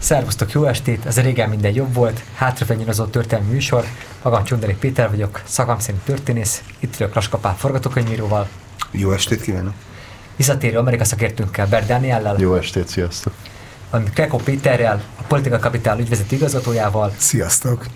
Szervusztok, jó estét! Ez régen minden jobb volt. Hátrafenyírozó történelmi műsor. Magam Csundari Péter vagyok, szakmám szerint történész. Itt vagyok Laska Pál forgatókönyvíróval. Jó estét kívánok! Visszatérő Amerika szakértőnkkel, Bert Dániellel. Jó estét, sziasztok! Krekó Péterrel, a Politika Kapitál ügyvezető igazgatójával. Sziasztok!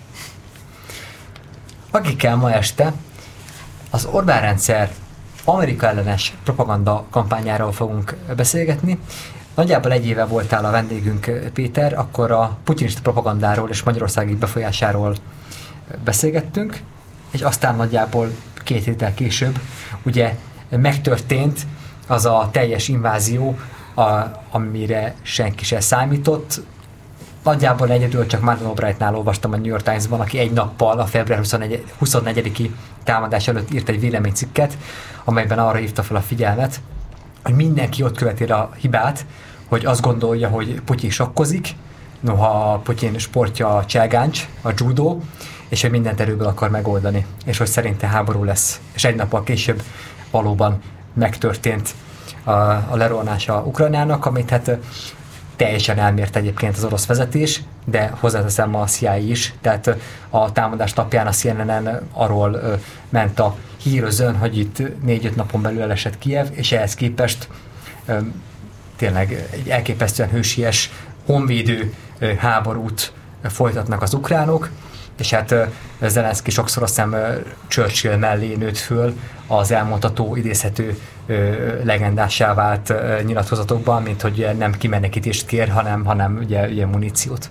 Akikkel ma este az Orbán rendszer Amerika ellenes propaganda kampányáról fogunk beszélgetni. Nagyjából egy éve voltál a vendégünk, Péter, akkor a putyinista propagandáról és Magyarországi befolyásáról beszélgettünk, és aztán nagyjából 2 héttel később ugye megtörtént az a teljes invázió, amire senki sem számított. Nagyjából egyedül csak Madeleine Albrightnál olvastam a New York Times-ban, aki egy nappal a február 24-i támadás előtt írt egy véleménycikket, amelyben arra hívta fel a figyelmet, hogy mindenki ott követi a hibát, hogy azt gondolja, hogy Putyin sakkozik, noha Putyin sportja a cselgáncs, a judó, és hogy mindent erőből akar megoldani, és hogy szerinte háború lesz. És egy nappal később valóban megtörtént a lerohanása Ukrajnának, amit hát teljesen elmért egyébként az orosz vezetés, de hozzáteszem a CIA is, tehát a támadás napján a CNN-en arról ment a hírözön, hogy itt 4-5 napon belül elesett Kijev, és ehhez képest tényleg egy elképesztően hősies, honvédő háborút folytatnak az ukránok, és hát Zelenszky sokszor azt hiszem Churchill mellé nőtt föl az elmondható, idézhető legendássá vált nyilatkozatokban, mint hogy nem kimenekítést kér, hanem ugye muníciót.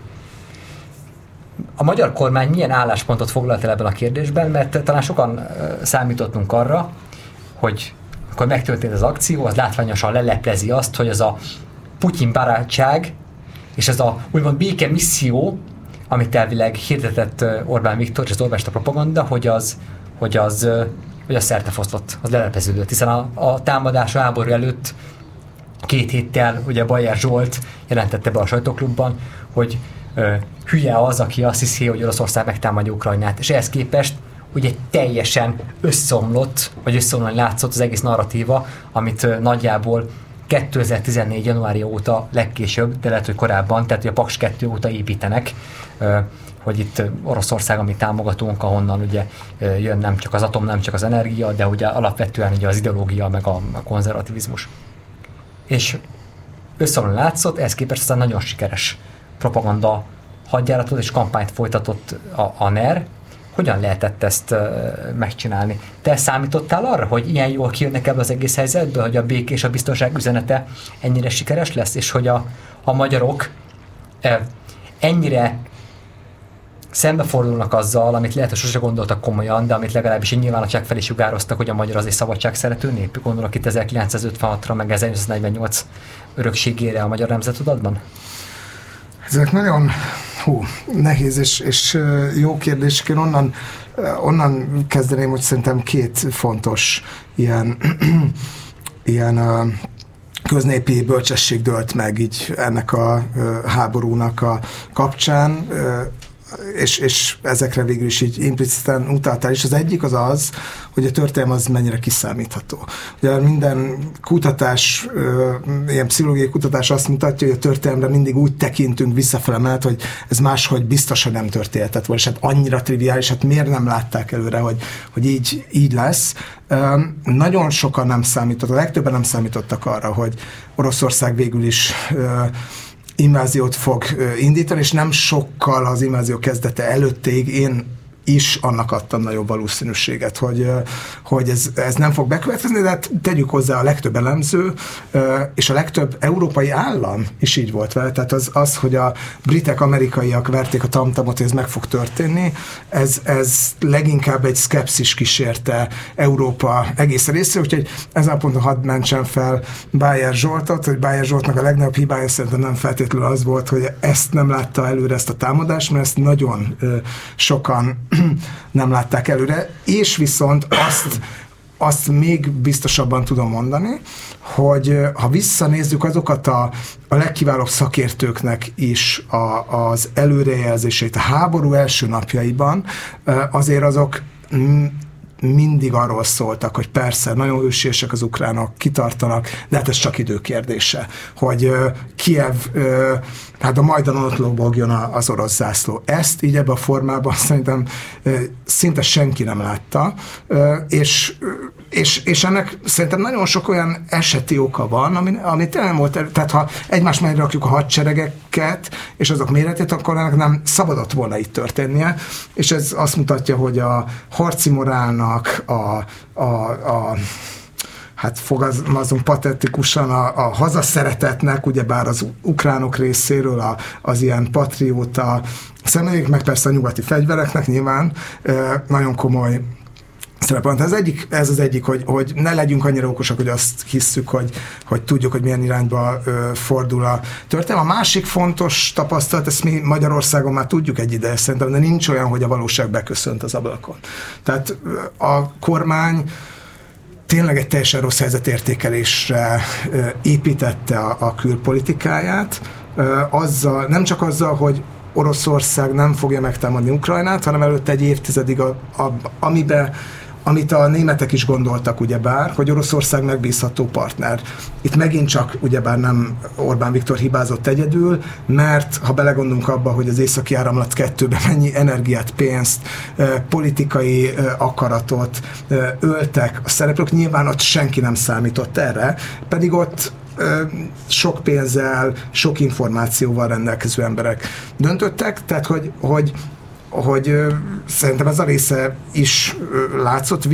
A magyar kormány milyen álláspontot foglalt el ebben a kérdésben, mert talán sokan számítottunk arra, hogy akkor megtörtént az akció, az látványosan leleplezi azt, hogy az a Putyin barátság és ez a úgymond béke misszió, amit elvileg hirdetett Orbán Viktor és az Orbánista propaganda, hogy az szertefoszlott, az lelepleződött, hiszen a támadás, a háború előtt 2 héttel ugye Bajer Zsolt jelentette be a sajtóklubban, hogy hülye az, aki azt hiszi, hogy Oroszország megtámadja Ukrajnát, és ehhez képest ugye teljesen összeomlani látszott az egész narratíva, amit nagyjából 2014. januárja óta legkésőbb, de lehet, hogy korábban, tehát a Paks 2 óta építenek, hogy itt Oroszország, ami támogatónk, ahonnan ugye jön nem csak az atom, nem csak az energia, de ugye alapvetően ugye az ideológia, meg a konzervativizmus. És összeomlani látszott, ehhez képest aztán nagyon sikeres propaganda hadjáratot és kampányt folytatott a NER. Hogyan lehetett ezt megcsinálni? Te számítottál arra, hogy ilyen jól kijönnek ebből az egész helyzetből, hogy a béke és a biztonság üzenete ennyire sikeres lesz, és hogy a magyarok ennyire szembefordulnak azzal, amit lehet, hogy sose gondoltak komolyan, de amit legalábbis egy nyilvánosság felé sugároztak, hogy a magyar az egy szabadságszerető nép. Gondolok itt 1956-ra, meg 1948 örökségére a magyar nemzetudatban? Ezek nagyon nehéz és jó kérdések. Én onnan kezdeném, hogy szerintem 2 fontos ilyen köznépi bölcsesség dölt meg így ennek a háborúnak a kapcsán, és ezekre végül is így impliciten utaltál is. Az egyik az, hogy a történelem az mennyire kiszámítható. Ugye minden kutatás, ilyen pszichológiai kutatás azt mutatja, hogy a történelemre mindig úgy tekintünk visszafele, mert hogy ez máshogy biztosan nem történhetett volna, és hát annyira triviális, hát miért nem látták előre, hogy így lesz. Nagyon sokan nem számítottak, a legtöbben nem számítottak arra, hogy Oroszország végül is inváziót fog indítani, és nem sokkal az invázió kezdete előttig én is annak adtam nagyobb valószínűséget, hogy ez nem fog bekövetkezni, de hát tegyük hozzá, a legtöbb elemző és a legtöbb európai állam is így volt vele, tehát az hogy a britek, amerikaiak verték a tamtamot, hogy ez meg fog történni, ez leginkább egy szkepszis kísérte Európa egész részéről, úgyhogy ezen a ponton hadd mentsem fel Bajer Zsoltot, hogy Bajer Zsoltnak a legnagyobb hibája szerintem nem feltétlenül az volt, hogy ezt nem látta előre, ezt a támadást, mert ezt nagyon sokan nem látták előre, és viszont azt még biztosabban tudom mondani, hogy ha visszanézzük azokat a legkiválóbb szakértőknek is az előrejelzését a háború első napjaiban, azért azok mindig arról szóltak, hogy persze, nagyon ősiesek az ukránok, kitartanak, de hát ez csak időkérdése, hogy Kijev, hát a Majdanon ott lobogjon az orosz zászló. Ezt így ebben a formában szerintem szinte senki nem látta, és ennek szerintem nagyon sok olyan eseti oka van, ami tényleg volt, tehát ha egymás mellé rakjuk a hadseregeket, és azok méretét, akkor ennek nem szabadott volna itt történnie, és ez azt mutatja, hogy a harci morálnak, hát fogalmazunk patetikusan, a hazaszeretetnek, ugyebár az ukránok részéről az ilyen patrióta személyek, meg persze a nyugati fegyvereknek nyilván nagyon komoly szerepel. Ez az egyik, hogy ne legyünk annyira okosak, hogy azt hisszük, hogy tudjuk, hogy milyen irányba fordul a történelem. A másik fontos tapasztalat, ezt mi Magyarországon már tudjuk egy ideje szerintem, de nincs olyan, hogy a valóság beköszönt az ablakon. Tehát a kormány tényleg egy teljesen rossz helyzetértékelésre építette a külpolitikáját, nem csak azzal, hogy Oroszország nem fogja megtámadni Ukrajnát, hanem előtte egy évtizedig, amit a németek is gondoltak, ugyebár, hogy Oroszország megbízható partner. Itt megint csak ugyebár nem Orbán Viktor hibázott egyedül, mert ha belegondolunk abba, hogy az Északi Áramlat 2-ben mennyi energiát, pénzt, politikai akaratot öltek a szereplők, nyilván ott senki nem számított erre, pedig ott sok pénzzel, sok információval rendelkező emberek döntöttek, tehát hogy szerintem ez a része is látszott,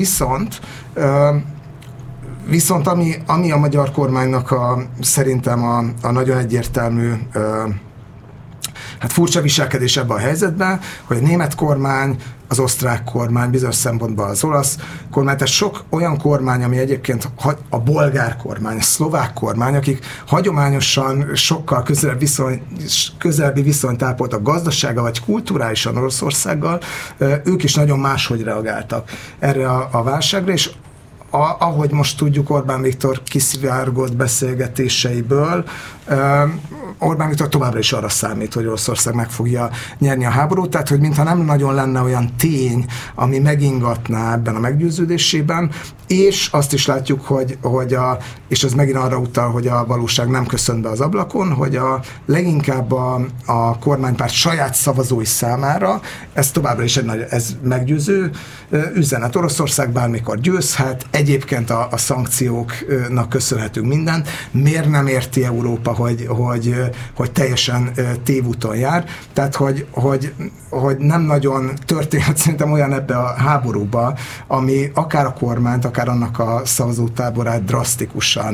viszont ami a magyar kormánynak szerintem a nagyon egyértelmű hát furcsa viselkedés ebben a helyzetben, hogy a német kormány, az osztrák kormány, bizonyos szempontból az olasz kormány, tehát sok olyan kormány, ami egyébként a bolgár kormány, a szlovák kormány, akik hagyományosan sokkal közelebbi viszonyt ápoltak gazdasággal vagy kulturálisan Oroszországgal, ők is nagyon máshogy reagáltak erre a válságra, és ahogy most tudjuk Orbán Viktor kiszivárgott beszélgetéseiből, Orbán Viktor továbbra is arra számít, hogy Oroszország meg fogja nyerni a háborút, tehát hogy mintha nem nagyon lenne olyan tény, ami megingatná ebben a meggyőződésében, és azt is látjuk, és ez megint arra utal, hogy a valóság nem köszön be az ablakon, hogy leginkább a kormánypárt saját szavazói számára ez továbbra is ez meggyőző üzenet. Oroszország bármikor győzhet, egyébként a szankcióknak köszönhetünk mindent. Miért nem érti Európa, hogy teljesen tévúton jár? Tehát, hogy nem nagyon történhet szerintem olyan ebbe a háborúba, ami akár a kormányt, akár annak a szavazótáborát drasztikusan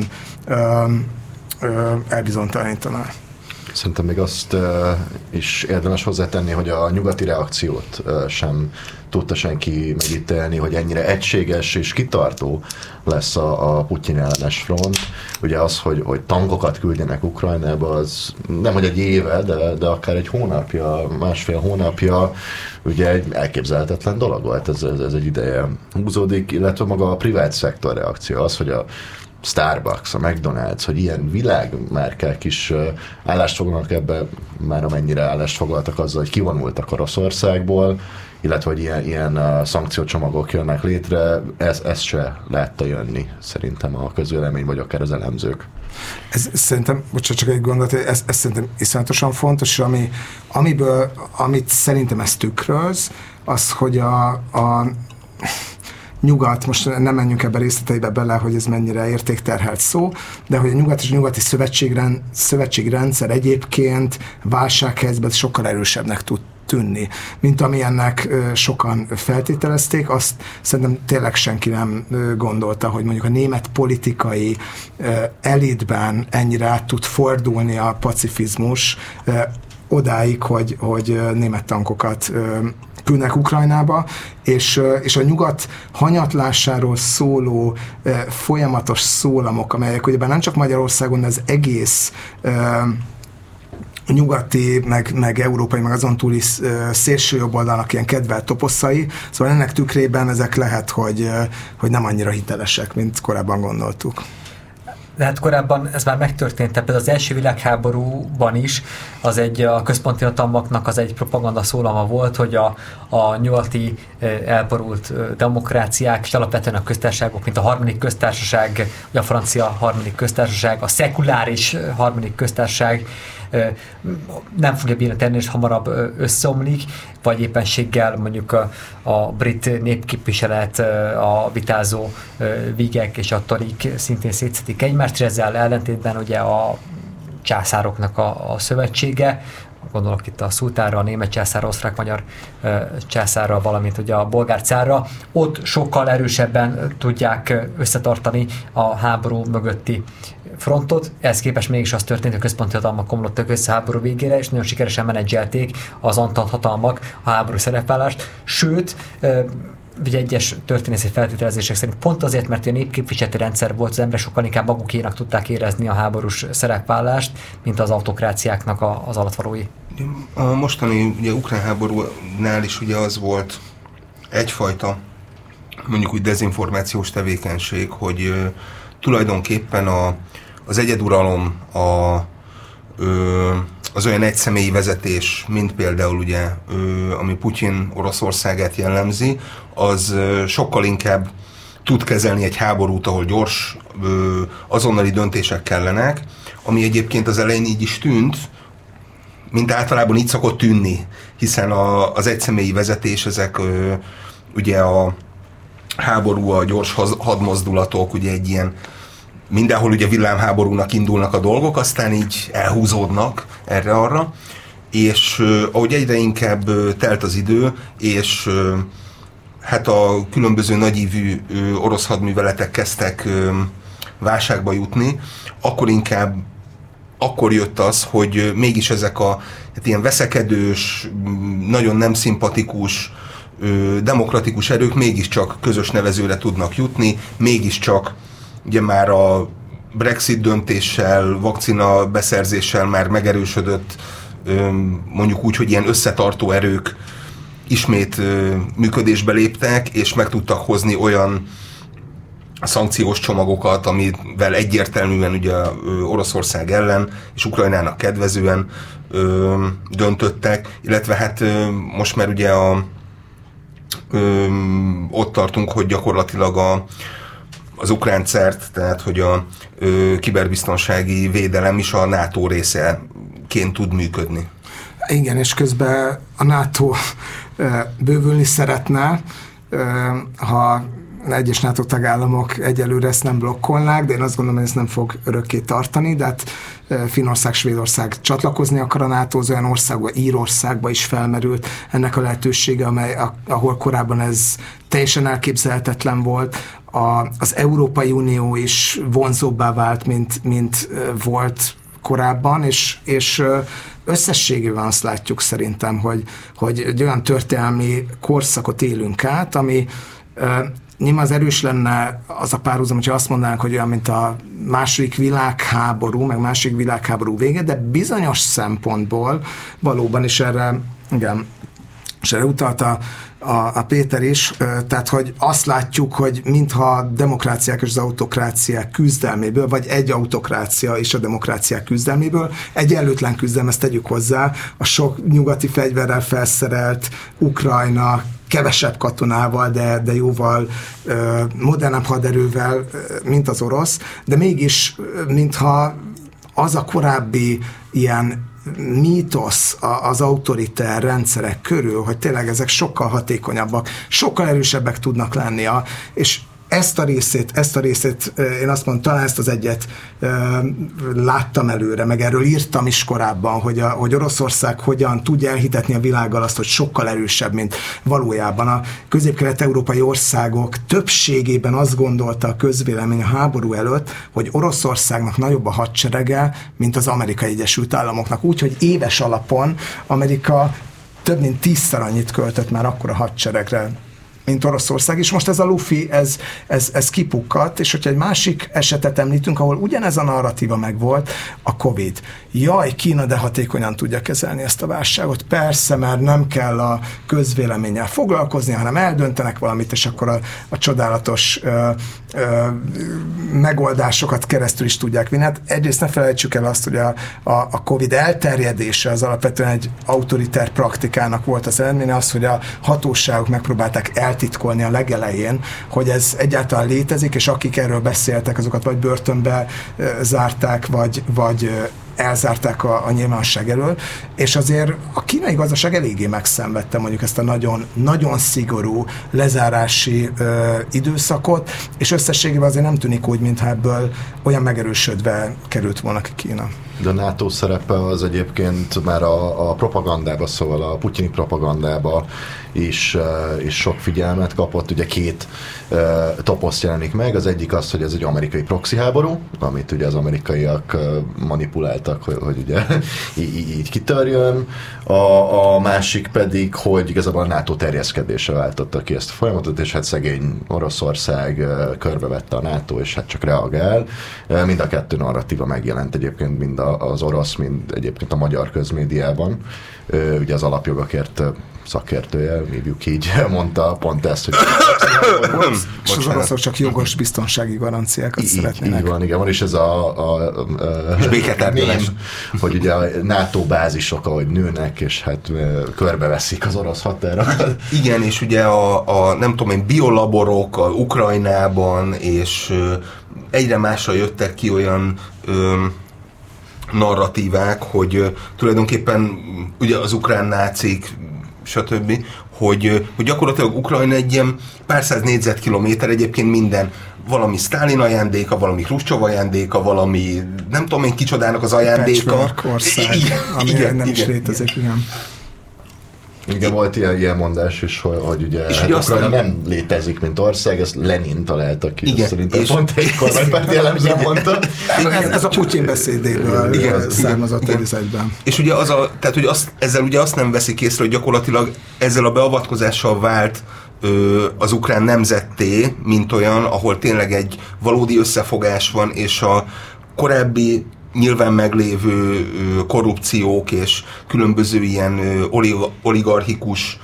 elbizonytalanítaná. Szerintem még azt is érdemes hozzátenni, hogy a nyugati reakciót sem tudta senki megítélni, hogy ennyire egységes és kitartó lesz a Putyin ellenes front. Ugye az, hogy tankokat küldjenek Ukrajnába, az nem hogy egy éve, de akár egy hónapja, másfél hónapja, ugye egy elképzelhetetlen dolog volt, ez egy ideje húzódik, illetve maga a privát szektor reakció, az, hogy a Starbucks, a McDonald's, hogy ilyen világmárkák is állást foglalnak ebbe, már amennyire állást foglaltak azzal, hogy kivonultak Oroszországból, illetve hogy ilyen szankciócsomagok jönnek létre, ez se látta jönni szerintem a közvélemény, vagy akár az elemzők. Ez szerintem, bocsánat, csak egy gondolat, ez szerintem iszonyatosan fontos, amit szerintem ez tükröz, az, hogy a nyugat, most nem menjünk ebbe részleteibe bele, hogy ez mennyire értékterhelt szó, de hogy a nyugat és a nyugati szövetségrendszer egyébként válsághelyzetben sokkal erősebbnek tud tűnni, mint amilyennek sokan feltételezték. Azt szerintem tényleg senki nem gondolta, hogy mondjuk a német politikai elitben ennyire át tud fordulni a pacifizmus odáig, hogy német tankokat küldnek Ukrajnába, és a nyugat hanyatlásáról szóló folyamatos szólamok, amelyek ugyebár nem csak Magyarországon, de az egész nyugati, meg európai, meg azon túli szélső jobb oldalnak ilyen kedvelt toposzai, szóval ennek tükrében ezek lehet, hogy nem annyira hitelesek, mint korábban gondoltuk. De hát korábban ez már megtörtént, tehát például az első világháborúban is a központi hatalmaknak az egy propaganda szólama volt, hogy a nyugati elborult demokráciák, és alapvetően a köztársaságok, mint a harmadik köztársaság, a francia harmadik köztársaság, a szekuláris harmadik köztársaság nem fogja bírni tenni, és hamarabb összeomlik, vagy éppenséggel mondjuk a brit népképviselet, a vitázó vígek és a torik szintén szétszedik egymást, és ezzel ellentétben ugye a császároknak a szövetsége, gondolok itt a szultánra, a német császárra, osztrák-magyar császárra, valamint ugye a bolgár cárra, ott sokkal erősebben tudják összetartani a háború mögötti frontot. Ehhez képest mégis az történt, hogy a központi hatalmak komlottak össze a háború végére, és nagyon sikeresen menedzselték az antant hatalmak a háború szerepvállást. Sőt, ugye egyes történészi feltételezések szerint pont azért, mert a népképviseleti rendszer volt, az emberek sokkal inkább magukénak tudták érezni a háborús szerepvállást, mint az autokráciáknak az alattvalói. A mostani ugye, ukrán háborúnál is ugye az volt egyfajta mondjuk úgy dezinformációs tevékenység, hogy tulajdonképpen az egyeduralom, az olyan egyszemélyi vezetés, mint például ugye, ami Putyin Oroszországát jellemzi, az sokkal inkább tud kezelni egy háborút, ahol gyors, azonnali döntések kellenek, ami egyébként az elején így is tűnt, mint általában így szokott tűnni, hiszen az egyszemélyi vezetés, ezek ugye a háború, a gyors hadmozdulatok, ugye egy ilyen mindenhol ugye villámháborúnak indulnak a dolgok, aztán így elhúzódnak erre-arra, és ahogy egyre inkább telt az idő, és hát a különböző nagyívű orosz hadműveletek kezdtek válságba jutni, akkor jött az, hogy mégis ezek a hát ilyen veszekedős, nagyon nem szimpatikus, demokratikus erők mégiscsak közös nevezőre tudnak jutni, mégiscsak ugye már a Brexit döntéssel, vakcina beszerzéssel már megerősödött, mondjuk úgy, hogy ilyen összetartó erők ismét működésbe léptek, és meg tudtak hozni olyan szankciós csomagokat, amivel egyértelműen ugye Oroszország ellen és Ukrajnának kedvezően döntöttek, illetve hát most már ugye ott tartunk, hogy gyakorlatilag az ukrán CERT, tehát hogy a kiberbiztonsági védelem is a NATO részeként tud működni. Igen, és közben a NATO bővülni szeretne, ha egyes NATO tagállamok egyelőre ezt nem blokkolnák, de én azt gondolom, hogy ez nem fog örökké tartani, de hát Finnország, Svédország csatlakozni akar a NATO-hoz, olyan országba, Írországba is felmerült ennek a lehetősége, ahol korábban ez teljesen elképzelhetetlen volt. Az Európai Unió is vonzóbbá vált, mint volt korábban, és összességében azt látjuk szerintem, hogy egy olyan történelmi korszakot élünk át, ami nyilván az erős lenne az a párhuzam, hogyha azt mondanánk, hogy olyan, mint a második világháború, meg második világháború vége, de bizonyos szempontból valóban is erre, igen, és erre utalta a Péter is, tehát hogy azt látjuk, hogy mintha a demokráciák és az autokráciák küzdelméből, vagy egy autokrácia és a demokráciák küzdelméből, egyenlőtlen küzdelem, ezt tegyük hozzá, a sok nyugati fegyverrel felszerelt Ukrajna, kevesebb katonával, de jóval modernebb haderővel, mint az orosz, de mégis, mintha az a korábbi ilyen mítosz az autoriter rendszerek körül, hogy tényleg ezek sokkal hatékonyabbak, sokkal erősebbek tudnak lenni, és ezt a részét, én azt mondom, talán ezt az egyet láttam előre, meg erről írtam is korábban, hogy Oroszország hogyan tudja elhitetni a világgal azt, hogy sokkal erősebb, mint valójában. A közép-kelet-európai országok többségében azt gondolta a közvélemény a háború előtt, hogy Oroszországnak nagyobb a hadserege, mint az Amerikai Egyesült Államoknak. Úgyhogy éves alapon Amerika több mint 10-szer annyit költött már akkor a hadseregre, mint Oroszország, és most ez a lufi, ez kipukkadt, és hogyha egy másik esetet említünk, ahol ugyanez a narratíva megvolt, a Covid. Jaj, Kína de hatékonyan tudja kezelni ezt a válságot. Persze, mert nem kell a közvéleménnyel foglalkozni, hanem eldöntenek valamit, és akkor a csodálatos megoldásokat keresztül is tudják vinni. Hát egyrészt ne felejtsük el azt, hogy a Covid elterjedése az alapvetően egy autoritár praktikának volt az eredménye, az, hogy a hatóságok megpróbálták eltitkolni a legelején, hogy ez egyáltalán létezik, és akik erről beszéltek, azokat vagy börtönbe zárták, vagy elzárták a nyilvánosság elől, és azért a kínai gazdaság eléggé megszenvedte mondjuk ezt a nagyon, nagyon szigorú lezárási időszakot, és összességében azért nem tűnik úgy, mintha ebből olyan megerősödve került volna ki Kína. De a NATO szerepe az egyébként már a propagandába, szóval a putyini propagandába is sok figyelmet kapott. Ugye két toposz jelenik meg. Az egyik az, hogy ez egy amerikai proxy háború, amit ugye az amerikaiak manipuláltak, hogy ugye így kitörjön. A másik pedig, hogy igazából a NATO terjeszkedése váltotta ki ezt a folyamatot, és hát szegény Oroszország körbevette a NATO, és hát csak reagál. Mind a kettő narratíva megjelent egyébként, mind az orosz, mind egyébként a magyar közmédiában. Ugye az alapjogokért szakértője, mondjuk így mondta pont ezt, hogy és az oroszok csak jogos biztonsági garanciákat szeretnének. Így van, igen, van is ez a hogy ugye a NATO bázisok, ahogy nőnek, és hát körbeveszik az orosz határokat. Igen, és ugye a nem tudom én, biolaborok a Ukrajnában, és egyre másra jöttek ki olyan narratívák, hogy tulajdonképpen ugye az ukrán nácik, stb., hogy gyakorlatilag Ukrajna egy ilyen pár száz négyzetkilométer, egyébként minden, valami Sztálin ajándéka, valami Hruscsov ajándéka, valami nem tudom én kicsodának az ajándéka. Ország, ami nem is létezik, igen. Igen, volt ilyen mondás is, hogy ugye és hát Ukrajna nem létezik, mint ország, ezt Lenin találta ki. Igen, szerintem pont egy kormánypárti jellemzően mondta. Ez a Putyin beszédéből származott egyben. És ugye tehát, hogy ezzel ugye azt nem veszik észre, hogy gyakorlatilag ezzel a beavatkozással vált az ukrán nemzetté, mint olyan, ahol tényleg egy valódi összefogás van, és a korábbi nyilván meglévő korrupciók és különböző ilyen oligarchikus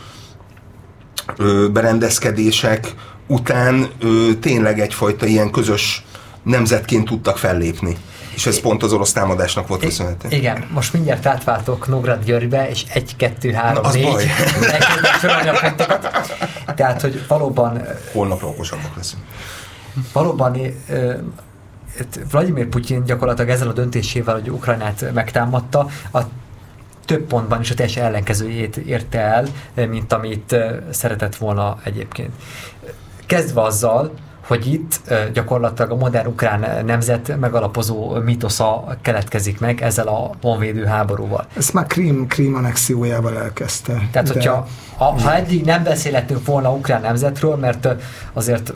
berendezkedések után tényleg egyfajta ilyen közös nemzetként tudtak fellépni. És ez pont az orosz támadásnak volt köszönhető. Igen, most mindjárt átváltok Nógrád Györgybe, és 1, 2, 3, 4 elkezdjük sorolni a pontokat. Tehát, hogy valóban... Holnapra okosabbak leszünk. Valóban Vladimir Putyin gyakorlatilag ezzel a döntésével, hogy Ukrajnát megtámadta, a több pontban is a teljes ellenkezőjét érte el, mint amit szeretett volna egyébként. Kezdve azzal, hogy itt gyakorlatilag a modern ukrán nemzet megalapozó mítosza keletkezik meg ezzel a honvédő háborúval. Ezt már Krím annexiójával elkezdte. Tehát, hogyha ha eddig nem beszélhetünk volna ukrán nemzetről, mert azért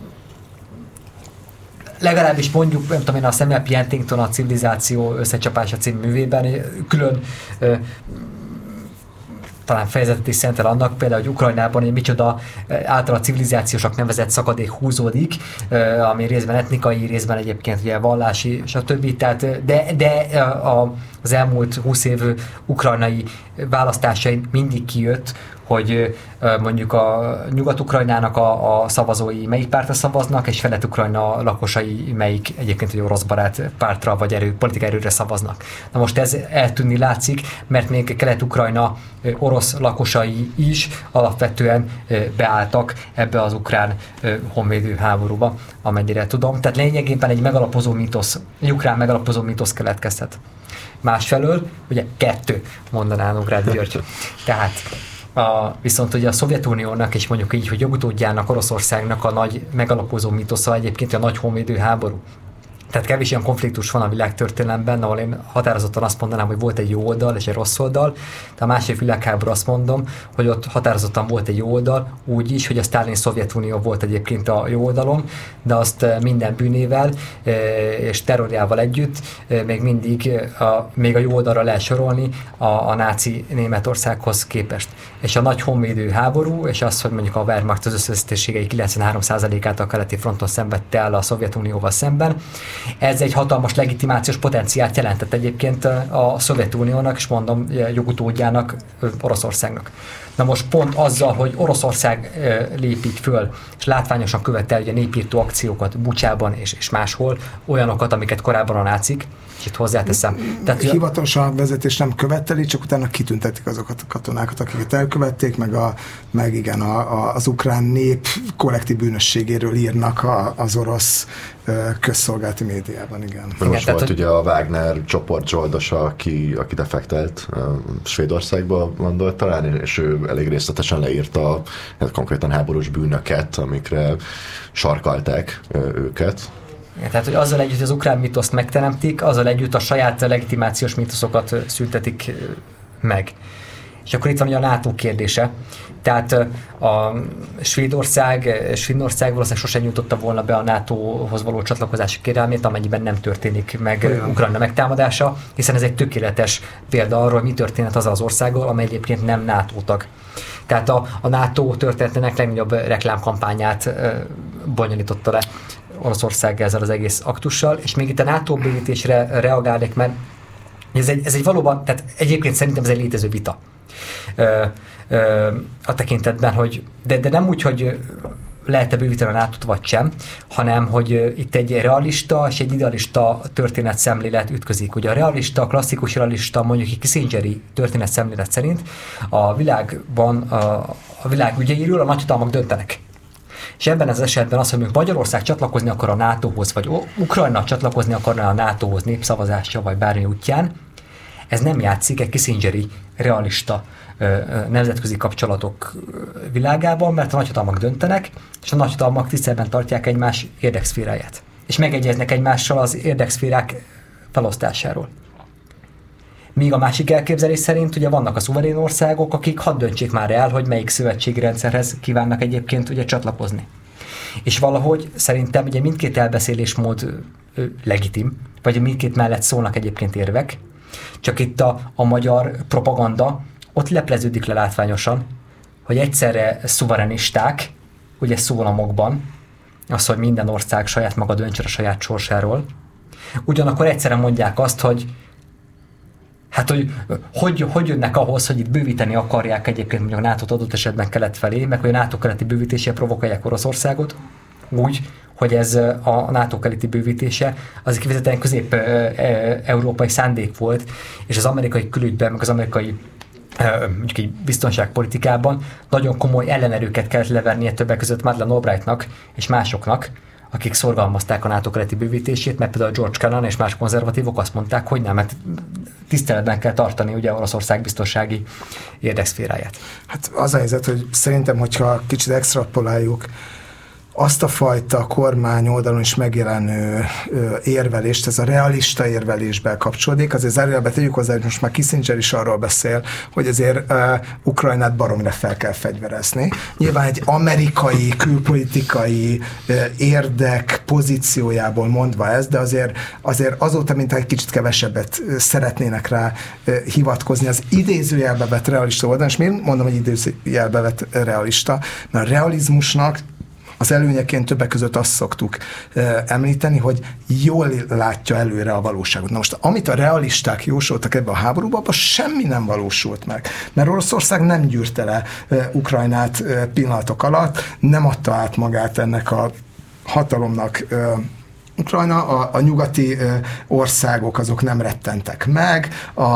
legalábbis mondjuk, nem tudom én, a Samuel P. Huntington a Civilizáció összecsapása című művében külön talán fejezetet is szentel annak, például, hogy Ukrajnában egy micsoda által a civilizációsnak nevezett szakadék húzódik, ami részben etnikai, részben egyébként ugye vallási, stb. Tehát, de az elmúlt 20 év ukrajnai választásain mindig kijött, hogy mondjuk a Nyugat-Ukrajnának a szavazói melyik pártra szavaznak, és Kelet-Ukrajna lakosai melyik egyébként egy orosz barát pártra vagy politikai erőre szavaznak. Na most ez eltűnni látszik, mert még Kelet-Ukrajna orosz lakosai is alapvetően beálltak ebbe az ukrán honvédő háborúba, amennyire tudom. Tehát lényegében egy megalapozó mítosz, egy ukrán megalapozó mítosz keletkezhet. Másfelől, ugye 2 mondaná Nógrád György. Tehát viszont ugye a Szovjetuniónak, és mondjuk így, hogy jogutódjának Oroszországnak a nagy megalapozó mítosza egyébként a nagy honvédő háború. Tehát kevés ilyen konfliktus van a világtörténelemben, ahol én határozottan azt mondanám, hogy volt egy jó oldal és egy rossz oldal, de a második világháború azt mondom, hogy ott határozottan volt egy jó oldal, úgy is, hogy a Sztálin Szovjetunió volt egyébként a jó oldalon, de azt minden bűnével és terrorjával együtt még mindig még a jó oldalra lehet sorolni a náci Németországhoz képest. És a nagy honvédő háború, és az, hogy mondjuk a Wehrmacht az összevesztettségei 93%-át a keleti fronton szenvedte el a Szovjetunióval szemben, ez egy hatalmas legitimációs potenciált jelentett egyébként a Szovjetuniónak, és mondom, jogutódjának, Oroszországnak. Na most pont azzal, hogy Oroszország lép így föl, és látványosan követel ugye népírtó akciókat Bucsában és máshol, olyanokat, amiket korábban a nácik, és itt hozzáteszem. Tehát, hivatalosan a vezetés nem követeli, csak utána kitüntetik azokat a katonákat, akiket elkövették, meg igen, az ukrán nép kollektív bűnösségéről írnak az orosz közszolgálati médiában, igen. Most volt ugye a Wagner csoport zsoldosa, aki defektelt Svédországba gondolt talán, és ő elég részletesen leírta konkrétan háborús bűnöket, amikre sarkalták őket. Igen, tehát, hogy azzal együtt az ukrán mitoszt megteremtik, azzal együtt a saját legitimációs mitoszokat szüntetik meg. És akkor itt van ugye a NATO kérdése. Tehát a Svédország valószínűleg sosem nyújtotta volna be a NATO-hoz való csatlakozási kérelmét, amennyiben nem történik meg Ukrajna megtámadása, hiszen ez egy tökéletes példa arról, mi történhet azzal az országgal, amely egyébként nem NATO tag. Tehát a NATO történetének legnagyobb reklámkampányát bonyolította le Oroszország ezzel az egész aktussal, és még itt a NATO bővítésre reagálnék, mert ez egy valóban, tehát egyébként szerintem ez egy létező vita. A tekintetben, hogy de nem úgy, hogy lehet-e bővíteni a NATO-t vagy sem, hanem hogy itt egy realista és egy idealista történetszemlélet ütközik. Ugye a realista, klasszikus realista, mondjuk egy Kissinger-i történetszemlélet szerint a világban, a világ ügyeiről a nagyhatalmak döntenek. És ebben az esetben az, hogy mondjuk Magyarország csatlakozni akar a NATO-hoz, vagy Ukrajna csatlakozni akarna a NATO-hoz népszavazással, vagy bármi útján, ez nem játszik egy Kissingeri realista nemzetközi kapcsolatok világában, mert a nagyhatalmak döntenek, és a nagyhatalmak tiszteletben tartják egymás érdekszféráját. És megegyeznek egymással az érdekszférák felosztásáról. Míg a másik elképzelés szerint ugye vannak a szuverén országok, akik hadd döntsék már el, hogy melyik szövetségi rendszerhez kívánnak egyébként ugye csatlakozni. És valahogy szerintem ugye mindkét elbeszélésmód legitim, vagy mindkét mellett szólnak egyébként érvek, csak itt a magyar propaganda ott lepleződik le látványosan, hogy egyszerre szuverenisták, ugye szólamokban, az, hogy minden ország saját maga döntsön a saját sorsáról, ugyanakkor egyszerre mondják azt, hogy hát, hogy jönnek ahhoz, hogy itt bővíteni akarják egyébként mondjuk a NATO-t adott esetben kelet felé, meg hogy a NATO keleti bővítésére provokálják Oroszországot, úgy, hogy ez a NATO keleti bővítése az kifejezetten közép-európai szándék volt, és az amerikai külügyben, meg az amerikai mondjuk egy biztonságpolitikában nagyon komoly ellenerőket kellett levernie többek között Madeleine Albrightnak és másoknak, akik szorgalmazták a NATO keleti bővítését, mert például George Kennan és más konzervatívok azt mondták, hogy nem, mert tiszteletben kell tartani ugye Oroszország biztonsági érdekszféráját. Hát az a helyzet, hogy szerintem, hogyha kicsit extrapoláljuk azt a fajta kormány oldalon is megjelenő érvelést, ez a realista érvelésben kapcsolódik, azért zárójelbe tegyük hozzá, hogy most már Kissinger is arról beszél, hogy azért Ukrajnát baromra fel kell fegyverezni. Nyilván egy amerikai külpolitikai érdek pozíciójából mondva ez, de azért azóta, mint egy kicsit kevesebbet szeretnének rá hivatkozni az idézőjelbe vett realista oldalon, és miért mondom, hogy idézőjelbe vett realista? Mert a realizmusnak az előnyeként többek között azt szoktuk említeni, hogy jól látja előre a valóságot. Na most, amit a realisták jósoltak ebbe a háborúba, abban semmi nem valósult meg. Mert Oroszország nem gyűrte le Ukrajnát pillanatok alatt, nem adta át magát ennek a hatalomnak Ukrajna, a nyugati országok azok nem rettentek meg,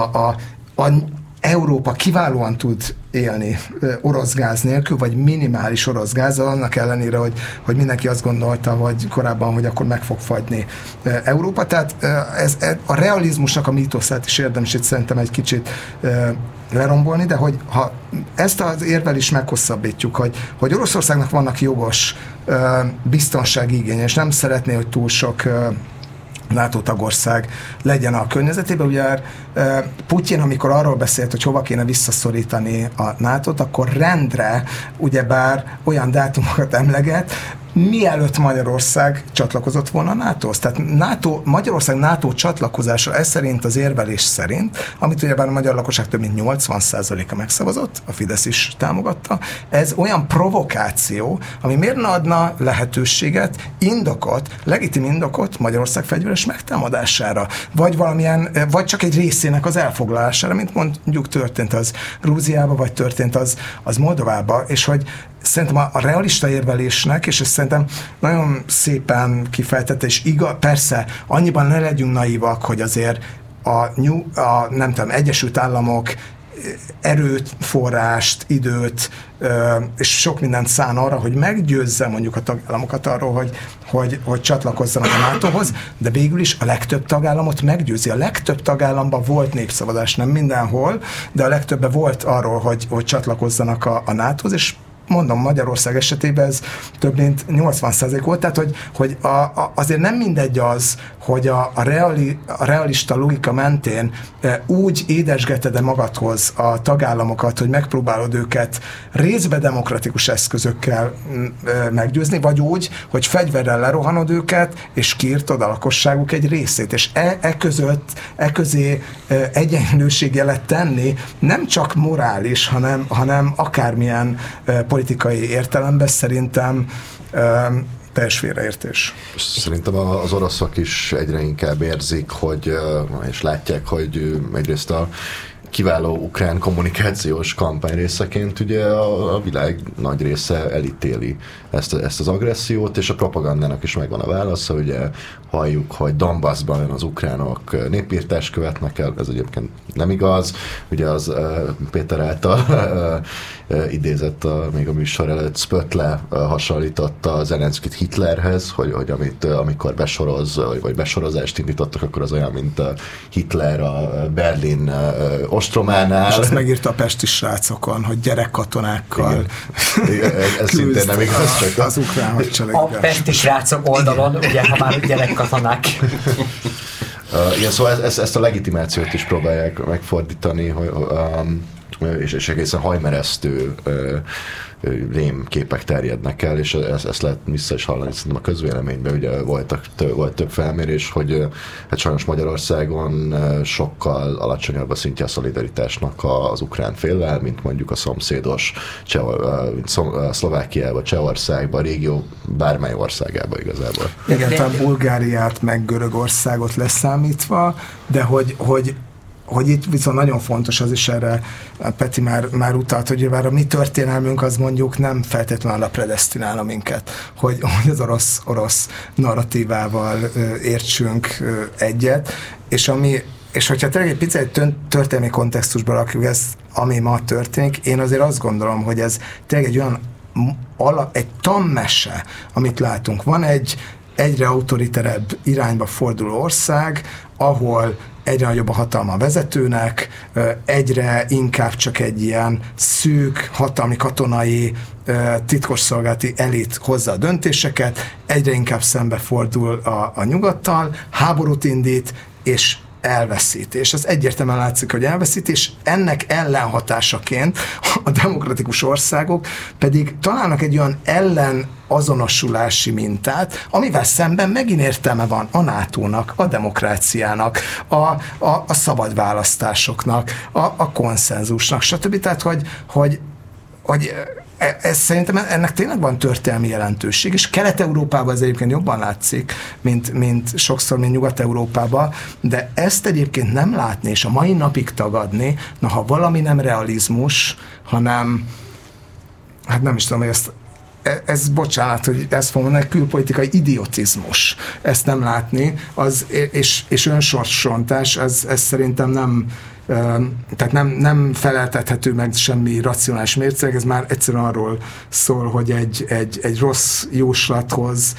Európa kiválóan tud élni orosz gáz nélkül, vagy minimális orosz gázzal, annak ellenére, hogy mindenki azt gondolta, vagy korábban, hogy akkor meg fog fagyni Európa. Tehát ez a realizmusnak a mítoszát is érdemes itt szerintem egy kicsit lerombolni, de hogy ha ezt az érvelést meghosszabbítjuk, hogy Oroszországnak vannak jogos biztonsági igénye, és nem szeretné, hogy túl sok NATO tagország legyen a környezetében. Ugye Putyin, amikor arról beszélt, hogy hova kéne visszaszorítani a NATO-t, akkor rendre ugyebár olyan dátumokat emleget, mielőtt Magyarország csatlakozott volna a NATO-hoz. Tehát Magyarország NATO csatlakozása ez szerint az érvelés szerint, amit ugyebár a magyar lakosság több mint 80%-a megszavazott, a Fidesz is támogatta, ez olyan provokáció, ami miért ne adna lehetőséget, indokot, legitim indokot Magyarország fegyveres megtámadására, vagy csak egy részének az elfoglalására, mint mondjuk történt az Grúziába, vagy történt az Moldovába, és hogy szerintem a realista érvelésnek, és ezt szerintem nagyon szépen kifejtette, és igaz, persze annyiban ne legyünk naívak, hogy azért nem tudom, Egyesült Államok erőt, forrást, időt, és sok mindent szán arra, hogy meggyőzze mondjuk a tagállamokat arról, hogy csatlakozzanak a NATO-hoz, de végül is a legtöbb tagállamot meggyőzi. A legtöbb tagállamban volt népszavazás, nem mindenhol, de a legtöbben volt arról, hogy csatlakozzanak a NATO-hoz, és mondom, Magyarország esetében ez több mint 80% volt, tehát hogy azért nem mindegy az, hogy a realista logika mentén úgy édesgeted magadhoz a tagállamokat, hogy megpróbálod őket részben demokratikus eszközökkel meggyőzni, vagy úgy, hogy fegyverrel lerohanod őket, és kiirtod a lakosságuk egy részét. És e közé egyenlőségjelet tenni nem csak morális, hanem akármilyen politikai értelemben szerintem teljes félreértés. Szerintem az oroszok is egyre inkább érzik, és látják, hogy egyrészt a kiváló ukrán kommunikációs kampány részeként ugye a világ nagy része elítéli ezt az agressziót, és a propagandának is megvan a válasza. Ugye halljuk, hogy Donbassban az ukránok népírtást követnek el, ez egyébként nem igaz. Ugye az Péter által idézett még a műsor előtt, Spötle hasonlította Zelenszkit Hitlerhez, hogy amikor vagy besorozást indítottak, akkor az olyan, mint a Hitler a Berlin ostrománál. És azt megírta a pesti srácokon, hogy gyerekkatonákkal. Ez szintén nem igaz, csak az ukrán hadseregben. A pesti srácok oldalon, ugye, ha már gyerekkatonák. Igen, szóval ezt a legitimációt is próbálják megfordítani, és egészen hajmeresztő rémképek terjednek el, és ezt lehet vissza is hallani, szerintem a közvéleményben ugye volt több felmérés, hogy hát sajnos Magyarországon sokkal alacsonyabb a szintje a szolidaritásnak az ukrán féllel, mint mondjuk a szomszédos Szlovákiában, Csehországban, a régió bármely országában igazából. Igen, tehát Bulgáriát meg Görögországot leszámítva, de hogy itt viszont nagyon fontos az is, erre Peti már utalt, hogy a mi történelmünk az mondjuk nem feltétlenül predesztinál minket, hogy az orosz narratívával értsünk egyet, és hogyha tényleg egy picit történelmi kontextusban rakjuk ezt, ami ma történik, én azért azt gondolom, hogy ez tényleg egy olyan egy tanmese, amit látunk. Van egy egyre autoriterebb irányba forduló ország, ahol egyre nagyobb a hatalma a vezetőnek, egyre inkább csak egy ilyen szűk, hatalmi, katonai, titkosszolgálati elit hozza a döntéseket, egyre inkább szembefordul a nyugattal, háborút indít, és elveszít. És az egyértelműen látszik, hogy elveszít, és ennek ellenhatásaként a demokratikus országok pedig találnak egy olyan azonosulási mintát, amivel szemben megint értelme van a NATO-nak, a demokráciának, a szabad választásoknak, a konszenzusnak, stb. Tehát, hogy ez szerintem ennek tényleg van történelmi jelentőség, és Kelet-Európában ez egyébként jobban látszik, mint sokszor, mint Nyugat-Európában, de ezt egyébként nem látni, és a mai napig tagadni, na ha valami nem realizmus, hanem, hát nem is tudom, hogy ez bocsánat, hogy ezt fogom mondani, külpolitikai idiotizmus ezt nem látni, és önsorsontás, ez szerintem nem, tehát nem feleltethető meg semmi racionális mércéleg, ez már egyszerűen arról szól, hogy egy rossz jóslathoz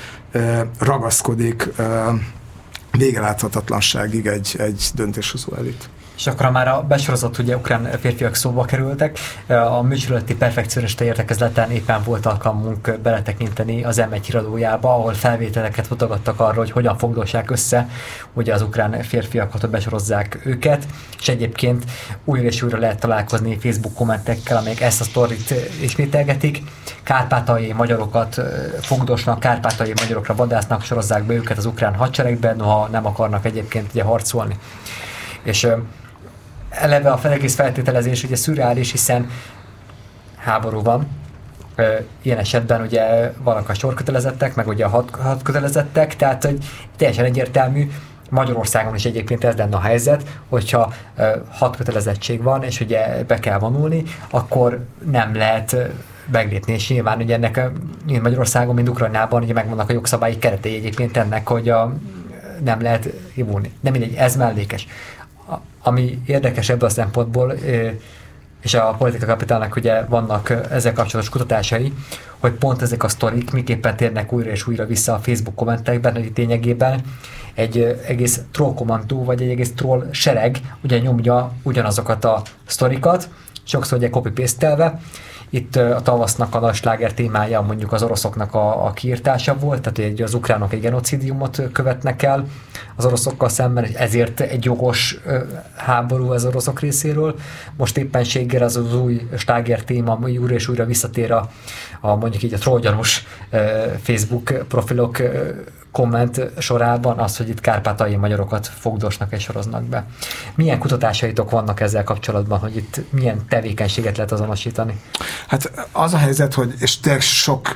ragaszkodik végeláthatatlanságig egy döntéshozó elit. És akkor már a besorozott ugye ukrán férfiak szóba kerültek. A műsorolati perfekcionista értekezleten éppen volt alkalmunk beletekinteni az M1 híradójába, ahol felvételeket mutogattak arról, hogy hogyan fogdossák össze ugye az ukrán férfiakat, hogy besorozzák őket, és egyébként újra és újra lehet találkozni Facebook kommentekkel, amelyek ezt a sztorit ismételgetik. Kárpátaljai magyarokat fogdosnak, kárpátaljai magyarokra vadásznak, sorozzák be őket az ukrán hadseregben, noha nem akarnak egyébként ugye harcolni. És eleve a egész feltételezés ugye szürreális, hiszen háború van. Ilyen esetben ugye vannak a sorkötelezettek, meg ugye a hadkötelezettek, tehát hogy teljesen egyértelmű, Magyarországon is egyébként ez lenne a helyzet, hogyha hadkötelezettség van, és ugye be kell vonulni, akkor nem lehet meglépni, és nyilván ugye ennek mind Magyarországon, mind Ukrajnában ugye megvannak a jogszabályi keretei egyébként ennek, hogy nem lehet kivulni. De mindegy, ez mellékes. Ami érdekes ebből a szempontból, és a politika kapitálnak ugye vannak ezzel kapcsolatos kutatásai, hogy pont ezek a sztorik miképpen térnek újra és újra vissza a Facebook kommentekben, hogy lényegében egy egész troll kommandó, vagy egy egész troll sereg ugye nyomja ugyanazokat a sztorikat, sokszor ugye copy-pastelve. Itt a tavasznak a nagy sláger témája mondjuk az oroszoknak a kiirtása volt, tehát az ukránok egy genocidiumot követnek el az oroszokkal szemben, ezért egy jogos háború az oroszok részéről. Most éppenséggel az új sláger téma újra és újra visszatér a mondjuk így a trollgyanús Facebook profilok komment sorában az, hogy itt kárpátaljai magyarokat fogdosnak és soroznak be. Milyen kutatásaitok vannak ezzel kapcsolatban, hogy itt milyen tevékenységet lehet azonosítani? Hát az a helyzet, hogy és tényleg sok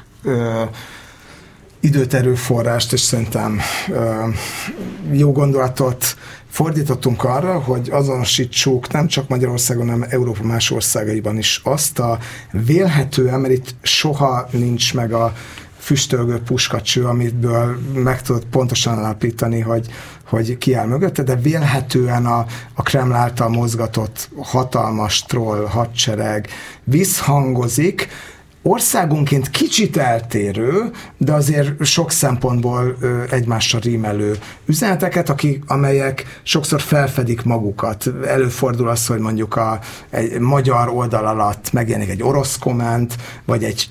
időt, erőforrást, és szerintem jó gondolatot fordítottunk arra, hogy azonosítsuk nem csak Magyarországon, hanem Európa más országaiban is azt a vélhetően, mert itt soha nincs meg a füstölgő puskacső, amitből meg tudod pontosan állapítani, hogy ki áll mögötte, de vélhetően a Kreml által mozgatott hatalmas troll hadsereg visszhangozik, országunként kicsit eltérő, de azért sok szempontból egymásra rímelő üzeneteket, amelyek sokszor felfedik magukat. Előfordul az, hogy mondjuk egy magyar oldal alatt megjelenik egy orosz komment, vagy egy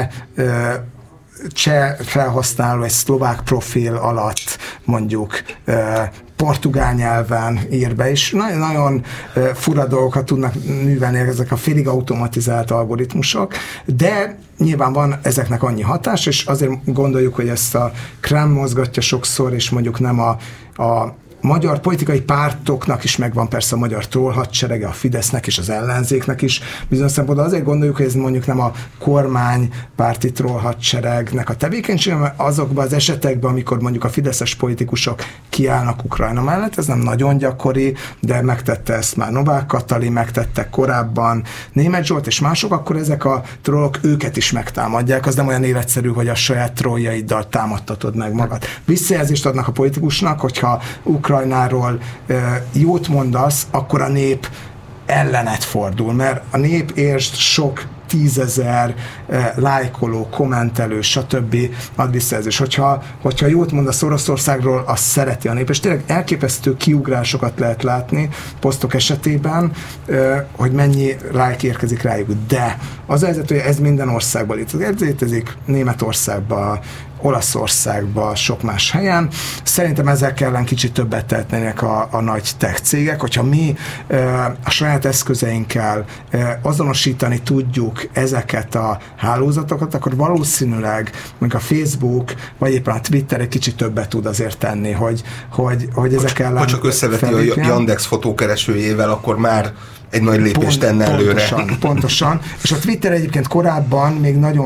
cseh felhasználó egy szlovák profil alatt mondjuk portugál nyelven ír be, és nagyon fura dolgokat tudnak művelni ezek a félig automatizált algoritmusok, de nyilván van ezeknek annyi hatás, és azért gondoljuk, hogy ezt a Kreml mozgatja sokszor, és mondjuk nem a magyar politikai pártoknak is megvan persze a magyar troll hadserege, a Fidesznek és az ellenzéknek is. Bizonyos szempontból azért gondoljuk, hogy ez mondjuk nem a kormánypárti troll hadseregnek a tevékenység, hanem azokban az esetekben, amikor mondjuk a fideszes politikusok kiállnak Ukrajna mellett, ez nem nagyon gyakori, de megtette ezt már Novák Katalin, megtette korábban Németh Zsolt és mások, akkor ezek a trollok őket is megtámadják. Az nem olyan életszerű, hogy a saját trolljaiddal támadtatod meg magad. Visszajelzést adnak a politikusnak, hogyha Ukrajnáról jót mondasz, akkor a nép ellenet fordul, mert a nép értsd sok 10 000 lájkoló, kommentelő, stb. Ad visszajelzés. Hogyha jót mondasz Oroszországról, azt szereti a nép, és tényleg elképesztő kiugrásokat lehet látni posztok esetében, hogy mennyi like érkezik rájuk. De az a helyzet, hogy ez minden országban létezik, Németországban, Olaszországban, sok más helyen. Szerintem ezek ellen kicsit többet tehetnének a nagy tech cégek, hogyha mi a saját eszközeinkkel azonosítani tudjuk ezeket a hálózatokat, akkor valószínűleg mondjuk a Facebook, vagy éppen a Twitter egy kicsit többet tud azért tenni, hogy ezek ellen ha csak összeveti a Yandex fotókeresőjével, akkor már egy nagy lépést tenne előre. Pontosan. És a Twitter egyébként korábban még nagyon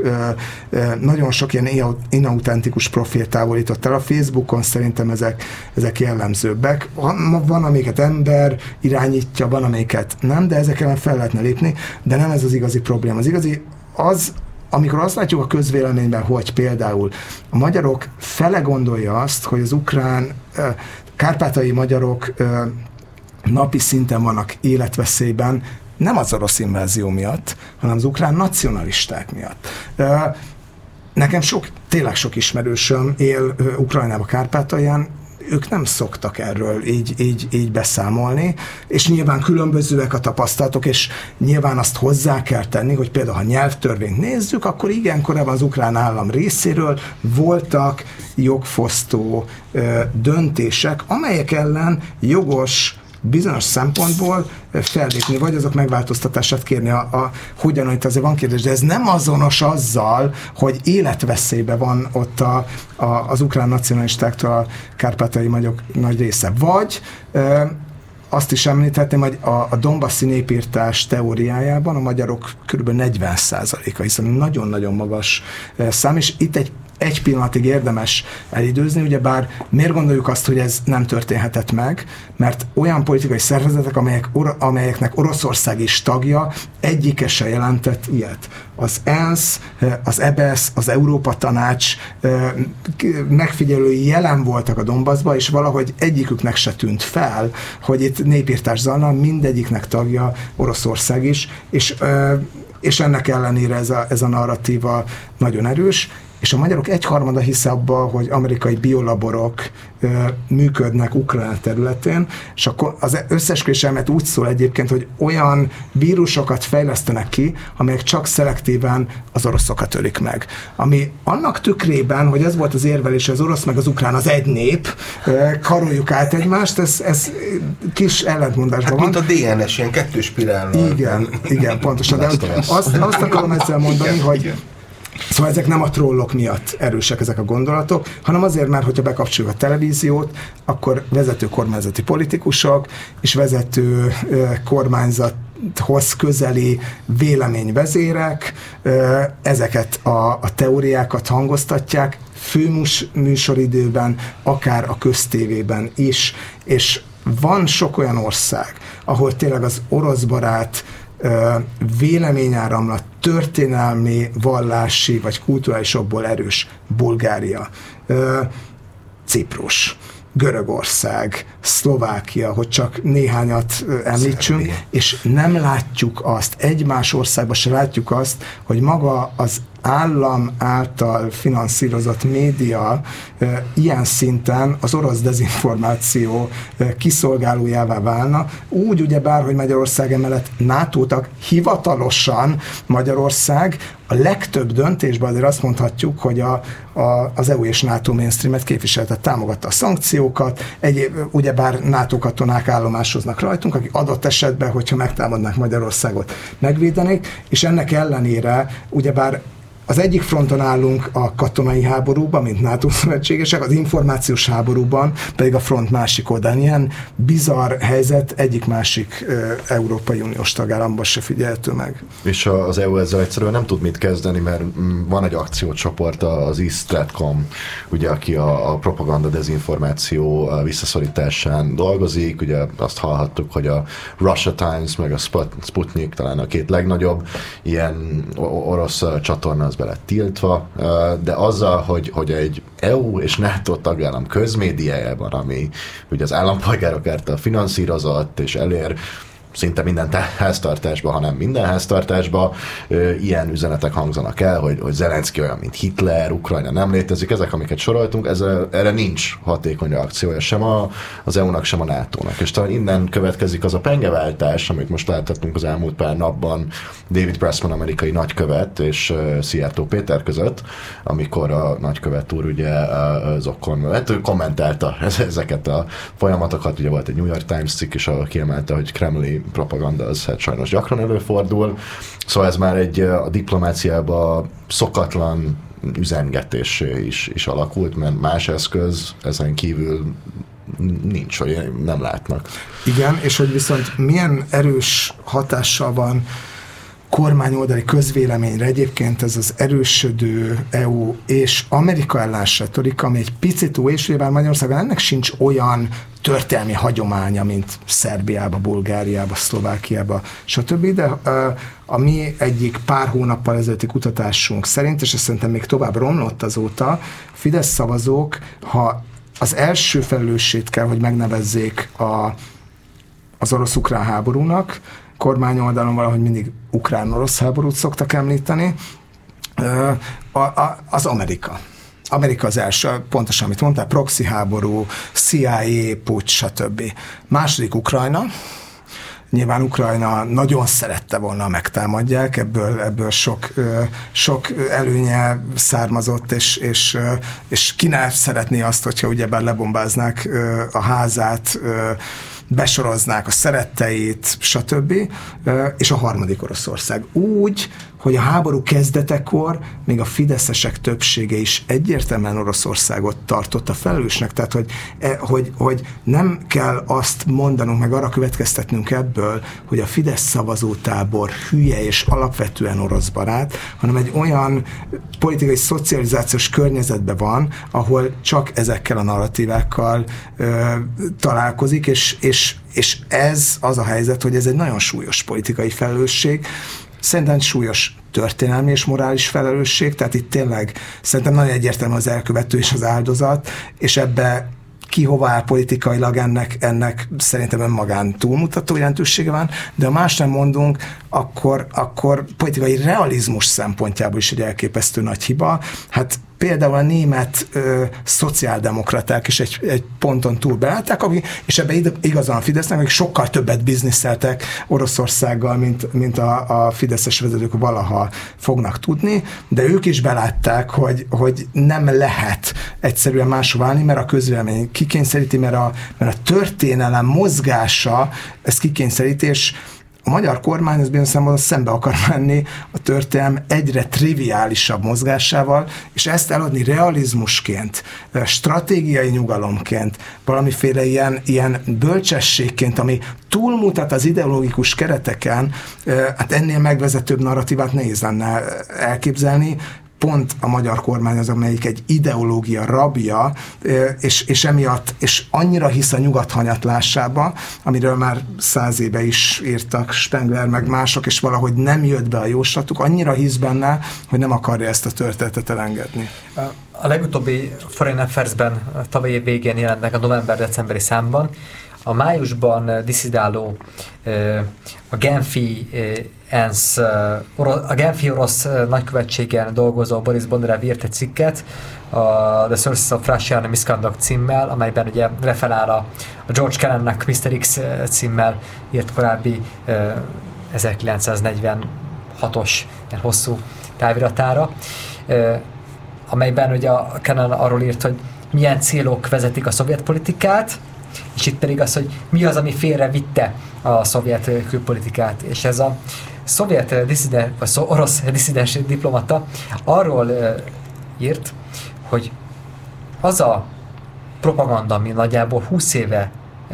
sok ilyen inautentikus profil távolított el. A Facebookon szerintem ezek jellemzőbbek. Van, amiket ember irányítja, van, amiket nem, de ezek ellen fel lehetne lépni, de nem ez az igazi probléma. Az igazi amikor azt látjuk a közvéleményben, hogy például a magyarok fele gondolja azt, hogy az ukrán kárpátaljai magyarok napi szinten vannak életveszélyben, nem az orosz invázió miatt, hanem az ukrán nacionalisták miatt. Nekem tényleg sok ismerősöm él Ukrajnába, Kárpátalján, ők nem szoktak erről így beszámolni, és nyilván különbözőek a tapasztalatok, és nyilván azt hozzá kell tenni, hogy például ha nyelvtörvényt nézzük, akkor igen, korábban az ukrán állam részéről voltak jogfosztó döntések, amelyek ellen jogos bizonyos szempontból fellépni, vagy azok megváltoztatását kérni. Hogyan, itt azért van kérdés, de ez nem azonos azzal, hogy életveszélyben van ott az ukrán nacionalistáktól a kárpátaljai magyarok nagy része. Vagy azt is említhetném, hogy a Donbassi népírtás teóriájában a magyarok kb. 40%-a, hiszen nagyon-nagyon magas szám, és itt egy pillanatig érdemes elidőzni, ugyebár miért gondoljuk azt, hogy ez nem történhetett meg, mert olyan politikai szervezetek, amelyeknek Oroszország is tagja, egyike se jelentett ilyet. Az ENSZ, az EBESZ, az Európa Tanács megfigyelői jelen voltak a Donbassban, és valahogy egyiküknek se tűnt fel, hogy itt népírtás zajlana, mindegyiknek tagja Oroszország is, és ennek ellenére ez a narratíva nagyon erős, és a magyarok 1/3 hisz abba, hogy amerikai biolaborok működnek Ukrajna területén, és akkor az összesküvés elmélet úgy szól egyébként, hogy olyan vírusokat fejlesztenek ki, amelyek csak szelektíven az oroszokat ölik meg. Ami annak tükrében, hogy ez volt az érvelés, hogy az orosz meg az ukrán az egy nép, karoljuk át egymást, ez kis ellentmondásban van. Mint a DNS, ilyen kettős spirállal. Igen, pontosan. De azt akarom ezzel mondani, hogy szóval ezek nem a trollok miatt erősek ezek a gondolatok, hanem azért, mert hogyha bekapcsoljuk a televíziót, akkor vezető kormányzati politikusok és vezető kormányzathoz közeli véleményvezérek ezeket a teóriákat hangoztatják, főműsoridőben, akár a köztévében is, és van sok olyan ország, ahol tényleg az orosz barát véleményáramlat történelmi, vallási vagy kulturális okból erős. Bulgária, Ciprus, Görögország, Szlovákia, hogy csak néhányat említsünk, és nem látjuk azt, egymás országban se látjuk azt, hogy maga az állam által finanszírozott média ilyen szinten az orosz dezinformáció kiszolgálójává válna. Úgy ugyebár, hogy Magyarország emellett NATO-tag, hivatalosan Magyarország a legtöbb döntésben azért azt mondhatjuk, hogy az EU és NATO mainstreamet képviselte, támogatta a szankciókat, ugyebár NATO katonák állomásoznak rajtunk, akik adott esetben, hogyha megtámadnák Magyarországot, megvédenék, és ennek ellenére ugyebár az egyik fronton állunk a katonai háborúban, mint NATO szövetségesek, az információs háborúban pedig a front másik oldalán. Ilyen bizarr helyzet egyik-másik Európai Uniós tagállamban se figyelhető meg. És az EU ezzel egyszerűen nem tud mit kezdeni, mert van egy akciócsoport, az East-Stratcom, ugye, aki a propaganda dezinformáció visszaszorításán dolgozik. Ugye azt hallhattuk, hogy a Russia Times meg a Sputnik talán a két legnagyobb ilyen orosz csatorna az be lett tiltva, de azzal, hogy egy EU és NATO tagállam közmédiájában, ami ugye az állampolgárok által finanszírozott és elér szinte minden háztartásban, hanem minden háztartásban ilyen üzenetek hangzanak el, hogy Zelenszky olyan, mint Hitler, Ukrajna nem létezik, ezek, amiket soroltunk, erre nincs hatékony reakciója sem az EU-nak, sem a NATO-nak. És talán innen következik az a pengeváltás, amit most láthattunk az elmúlt pár napban David Pressman amerikai nagykövet és Szijjártó Péter között, amikor a nagykövet úr ugye zokkon, ő kommentálta ezeket a folyamatokat, ugye volt egy New York Times cikk is, ahol kiemelte, hogy kremli propaganda az hát sajnos gyakran előfordul, szóval ez már a diplomáciában szokatlan üzengetés is alakult, mert más eszköz ezen kívül nincs, hogy nem látnak. Igen, és hogy viszont milyen erős hatással van kormányoldali közvéleményre egyébként ez az erősödő EU és Amerika ellenes retorika, ami egy picit új, és ugyebár Magyarországon ennek sincs olyan történelmi hagyománya, mint Szerbiába, Bulgáriába, Szlovákiába, stb. De a mi egyik pár hónappal ezelőtti kutatásunk szerint, és ezt szerintem még tovább romlott azóta, Fidesz szavazók, ha az első felelősét kell, hogy megnevezzék az orosz-ukrán háborúnak, kormányoldalon valahogy mindig ukrán-orosz háborút szoktak említeni, az Amerika. Amerika az első, pontosan amit mondtál, proxy háború, CIA, puccs, stb. Második Ukrajna. Nyilván Ukrajna nagyon szerette volna, megtámadják, ebből sok előnye származott, és ki ne szeretné azt, hogyha ugyebár lebombáznák a házát, besoroznák a szeretteit, stb. És a harmadik Oroszország. Úgy, hogy a háború kezdetekor még a fideszesek többsége is egyértelműen Oroszországot tartotta felelősnek, tehát hogy nem kell azt mondanunk, meg arra következtetnünk ebből, hogy a Fidesz szavazótábor hülye és alapvetően orosz barát, hanem egy olyan politikai szocializációs környezetben van, ahol csak ezekkel a narratívákkal találkozik, és ez az a helyzet, hogy ez egy nagyon súlyos politikai felelősség, szerintem súlyos történelmi és morális felelősség, tehát itt tényleg szerintem nagyon egyértelmű az elkövető és az áldozat, és ebbe ki hova áll politikailag, ennek szerintem önmagán túlmutató jelentősége van, de ha más nem mondunk, akkor politikai realizmus szempontjából is egy elképesztő nagy hiba. Hát például a német szociáldemokraták is egy ponton túl beállták, és ebben igazán a Fidesznek, akik sokkal többet bizniszeltek Oroszországgal, mint a fideszes vezetők valaha fognak tudni, de ők is belátták, hogy nem lehet egyszerűen máshova állni, mert a közvélemény kikényszeríti, mert a történelem mozgása ezt kikényszeríti, és a magyar kormány az bizonyos szempontból szembe akar menni a történelem egyre triviálisabb mozgásával, és ezt eladni realizmusként, stratégiai nyugalomként, valamiféle ilyen bölcsességként, ami túlmutat az ideológikus kereteken, hát ennél megvezetőbb narratívát nehéz lenne elképzelni. Pont a magyar kormány az, amelyik egy ideológia rabja, és emiatt, és annyira hisz a nyugat hanyatlásába, amiről már 100 éve is írtak Spengler, meg mások, és valahogy nem jött be a jóslatuk, annyira hisz benne, hogy nem akarja ezt a történetet elengedni. A legutóbbi Foreign Affairs-ben tavaly év végén jelent meg a november-decemberi számban. A májusban disszidáló a Genfi a Genfi orosz nagykövetségen dolgozó Boris Bondarev írt egy cikket, a The Sources of Russian Misconduct címmel, amelyben ugye referál a George Kennannak Mr. X címmel írt korábbi 1946-os hosszú táviratára, amelyben ugye a Kennan arról írt, hogy milyen célok vezetik a szovjet politikát, és itt pedig az, hogy mi az, ami félrevitte a szovjet külpolitikát. És ez a szovjet vagy orosz disszidens diplomata arról írt, hogy az a propaganda, ami nagyjából 20 éve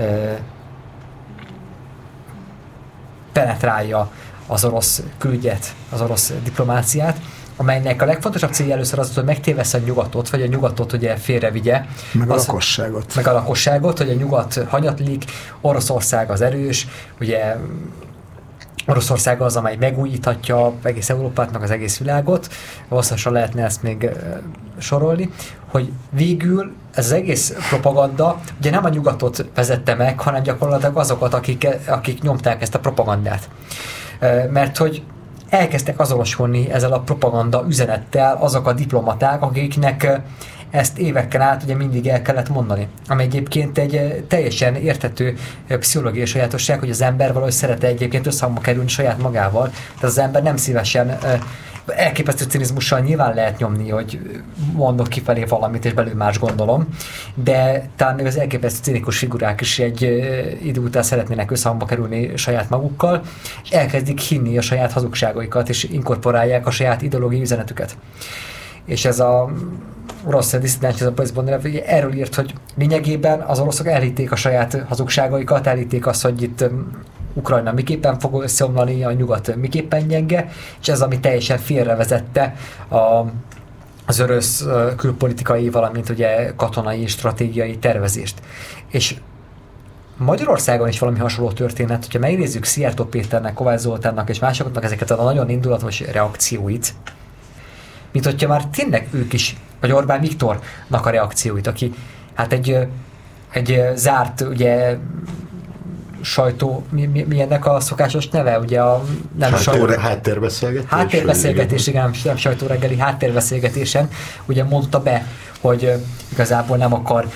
penetrálja az orosz külügyet, az orosz diplomáciát, amelynek a legfontosabb célja először az, hogy megtévessze a nyugatot, vagy a nyugatot ugye félrevigye. Meg a lakosságot. Meg a lakosságot, hogy a nyugat hanyatlik, Oroszország az erős, ugye Oroszország az, amely megújíthatja egész Európát, meg az egész világot, hosszasan lehetne ezt még sorolni, hogy végül ez az egész propaganda ugye nem a nyugatot vezette meg, hanem gyakorlatilag azokat, akik nyomták ezt a propagandát. Mert hogy elkezdtek azonosulni ezzel a propaganda üzenettel azok a diplomaták, akiknek ezt évekkel át ugye mindig el kellett mondani. Ami egyébként egy teljesen érthető pszichológiai sajátosság, hogy az ember valahogy szerete egyébként összhangba kerülni saját magával. Tehát az ember nem szívesen, elképesztő cinizmussal nyilván lehet nyomni, hogy mondok kifelé valamit, és belül más gondolom, de talán még az elképesztő cinikus figurák is egy idő után szeretnének összhangba kerülni saját magukkal, és elkezdik hinni a saját hazugságaikat, és inkorporálják a saját ideológiai üzenetüket. És ez a orosz disszidens, ez a Boris Bondarev erről írt, hogy lényegében az oroszok elhitték a saját hazugságaikat, elhitték azt, hogy itt Ukrajna miképpen fog összeomlani, a nyugat miképpen gyenge, és ez, ami teljesen félrevezette az orosz külpolitikai, valamint ugye katonai és stratégiai tervezést. És Magyarországon is valami hasonló történet, hogyha megnézzük Szijjártó Péternek, Kovács Zoltánnak és másoknak ezeket a nagyon indulatos reakcióit, mint hogyha már tényleg ők is, vagy Orbán Viktornak a reakcióit, aki hát egy zárt ugye sajtó, mi ennek a szokásos neve? Ugye háttérbeszélgetés? Háttérbeszélgetés, igen, nem sajtóreggeli, háttérbeszélgetésen ugye mondta be, hogy igazából nem akar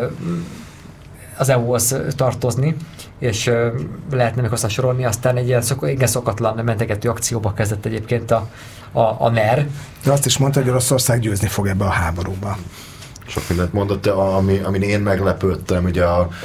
az EU-hoz tartozni, és lehetne még hozzá sorolni, aztán egy ilyen igen szokatlan mentegető akcióba kezdett egyébként a NER. De azt is mondta, hogy Oroszország győzni fog ebbe a háborúba. Sok mindent mondott, amin én meglepődtem, ugye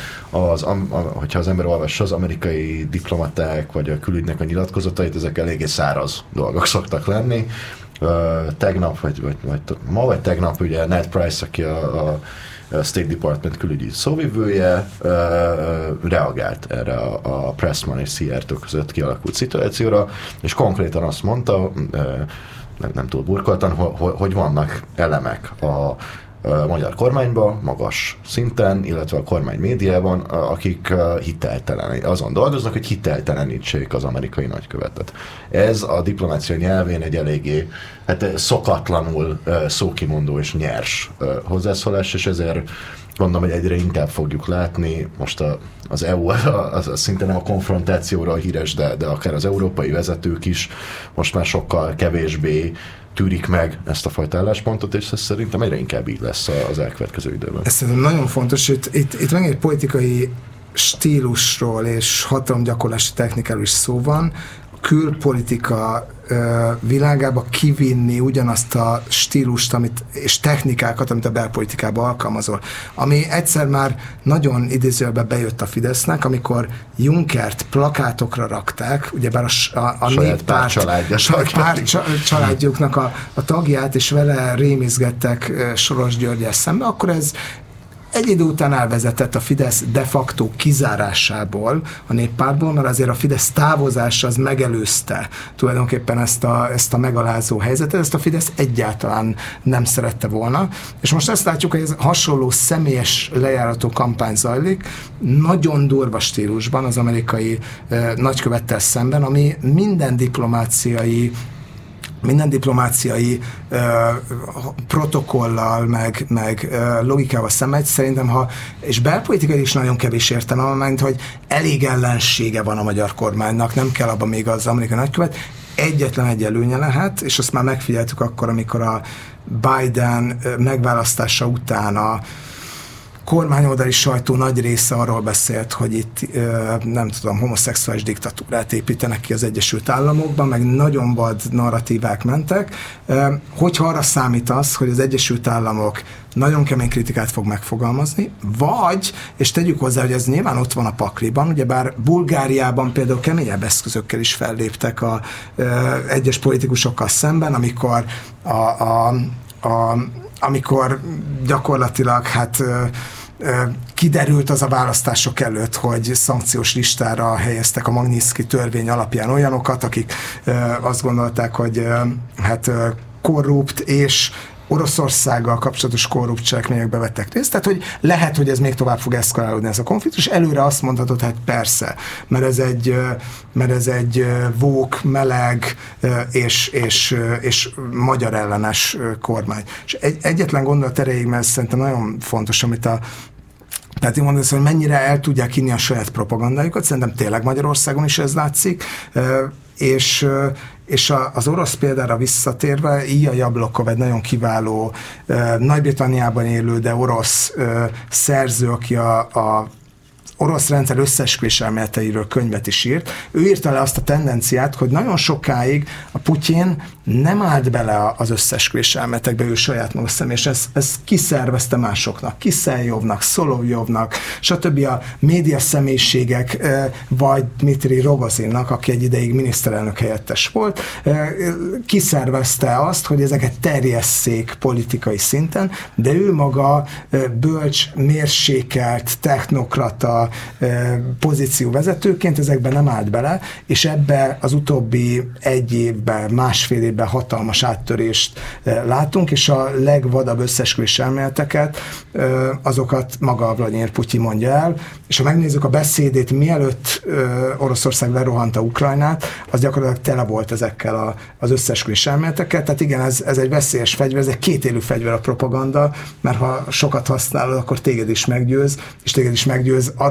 hogyha az ember olvassa az amerikai diplomaták, vagy a külügynek a nyilatkozatait, ezek eléggé száraz dolgok szoktak lenni. Tegnap, vagy tegnap, ugye Ned Price, aki a State Department külügyi szóvivője, reagált erre a Pressman és Szijjártó között kialakult szituációra, és konkrétan azt mondta, nem túl burkoltan, hogy vannak elemek a magyar kormányban, magas szinten, illetve a kormány médiában, akik azon dolgoznak, hogy hiteltelenítsék az amerikai nagykövetet. Ez a diplomácia nyelvén egy eléggé szokatlanul szókimondó és nyers hozzászólás, és ezért gondolom, hogy egyre inkább fogjuk látni, most az EU az szinte nem a konfrontációra híres, de akár az európai vezetők is most már sokkal kevésbé tűrik meg ezt a fajta álláspontot, és ez szerintem egyre inkább így lesz az elkövetkező időben. Ez szerintem nagyon fontos, hogy itt meg egy politikai stílusról és hatalomgyakorlási technikáról is szó van, külpolitika világába kivinni ugyanazt a stílust és technikákat, amit a belpolitikában alkalmazol. Ami egyszer már nagyon idézőjelbe bejött a Fidesznek, amikor Junckert plakátokra rakták, ugyebár a néppárt családjuknak a tagját, és vele rémizgettek Soros Györgyel szembe, akkor ez egy idő után elvezetett a Fidesz de facto kizárásából a néppártból, mert azért a Fidesz távozása az megelőzte tulajdonképpen ezt a megalázó helyzetet, ezt a Fidesz egyáltalán nem szerette volna. És most azt látjuk, hogy ez hasonló személyes lejárató kampány zajlik, nagyon durva stílusban az amerikai nagykövettel szemben, ami minden diplomáciai protokollal, meg logikával szemmegy, szerintem, és belpolitikai is nagyon kevés értelme, mert hogy elég ellensége van a magyar kormánynak, nem kell abban még az amerikai nagykövet, egyetlen egy előnye lehet, és azt már megfigyeltük akkor, amikor a Biden megválasztása után a kormányoldali sajtó nagy része arról beszélt, hogy itt nem tudom, homoszexuális diktatúrát építenek ki az Egyesült Államokban, meg nagyon vad narratívák mentek. Hogyha arra számítasz, hogy az Egyesült Államok nagyon kemény kritikát fog megfogalmazni, vagy, és tegyük hozzá, hogy ez nyilván ott van a pakliban, ugyebár Bulgáriában például keményebb eszközökkel is felléptek egyes politikusokkal szemben, amikor gyakorlatilag kiderült az a választások előtt, hogy szankciós listára helyeztek a Magnitsky törvény alapján olyanokat, akik azt gondolták, hogy korrupt és Oroszországgal kapcsolatos korrupt cselekményekbe vettek részt, tehát hogy lehet, hogy ez még tovább fog eszkalálódni ez a konfliktus. Előre azt mondhatod, hát persze, mert ez egy woke, meleg és magyar ellenes kormány. És egyetlen gondolat erejéig, mert szerintem nagyon fontos, amit tehát én mondom, hogy mennyire el tudják inni a saját propagandájukat, szerintem tényleg Magyarországon is ez látszik, és az orosz példára visszatérve, Ilja Jablokov egy nagyon kiváló Nagy-Britanniában élő, de orosz szerző, aki a orosz rendszer összeesküvés elméleteiről könyvet is írt. Ő írta le azt a tendenciát, hogy nagyon sokáig a Putyin nem állt bele az összeesküvés elméletekbe, ő saját maga személy, és ezt kiszervezte másoknak, Kiszeljovnak, Szolovjovnak, stb. A média személyiségek, vagy Dmitri Rogozinnak, aki egy ideig miniszterelnök helyettes volt, kiszervezte azt, hogy ezeket terjesszék politikai szinten, de ő maga bölcs, mérsékelt, technokrata pozícióvezetőként ezekben nem állt bele, és ebbe az utóbbi egy évben, másfél évben hatalmas áttörést látunk, és a legvadabb összeesküvés elméleteket, azokat maga Vladimir Putyin mondja el, és ha megnézzük a beszédét, mielőtt Oroszország lerohanta Ukrajnát, az gyakorlatilag tele volt ezekkel az összeesküvés elméleteket, tehát igen, ez egy veszélyes fegyver, ez egy kétélű fegyver a propaganda, mert ha sokat használod, akkor téged is meggyőz, és téged is meggyőz arról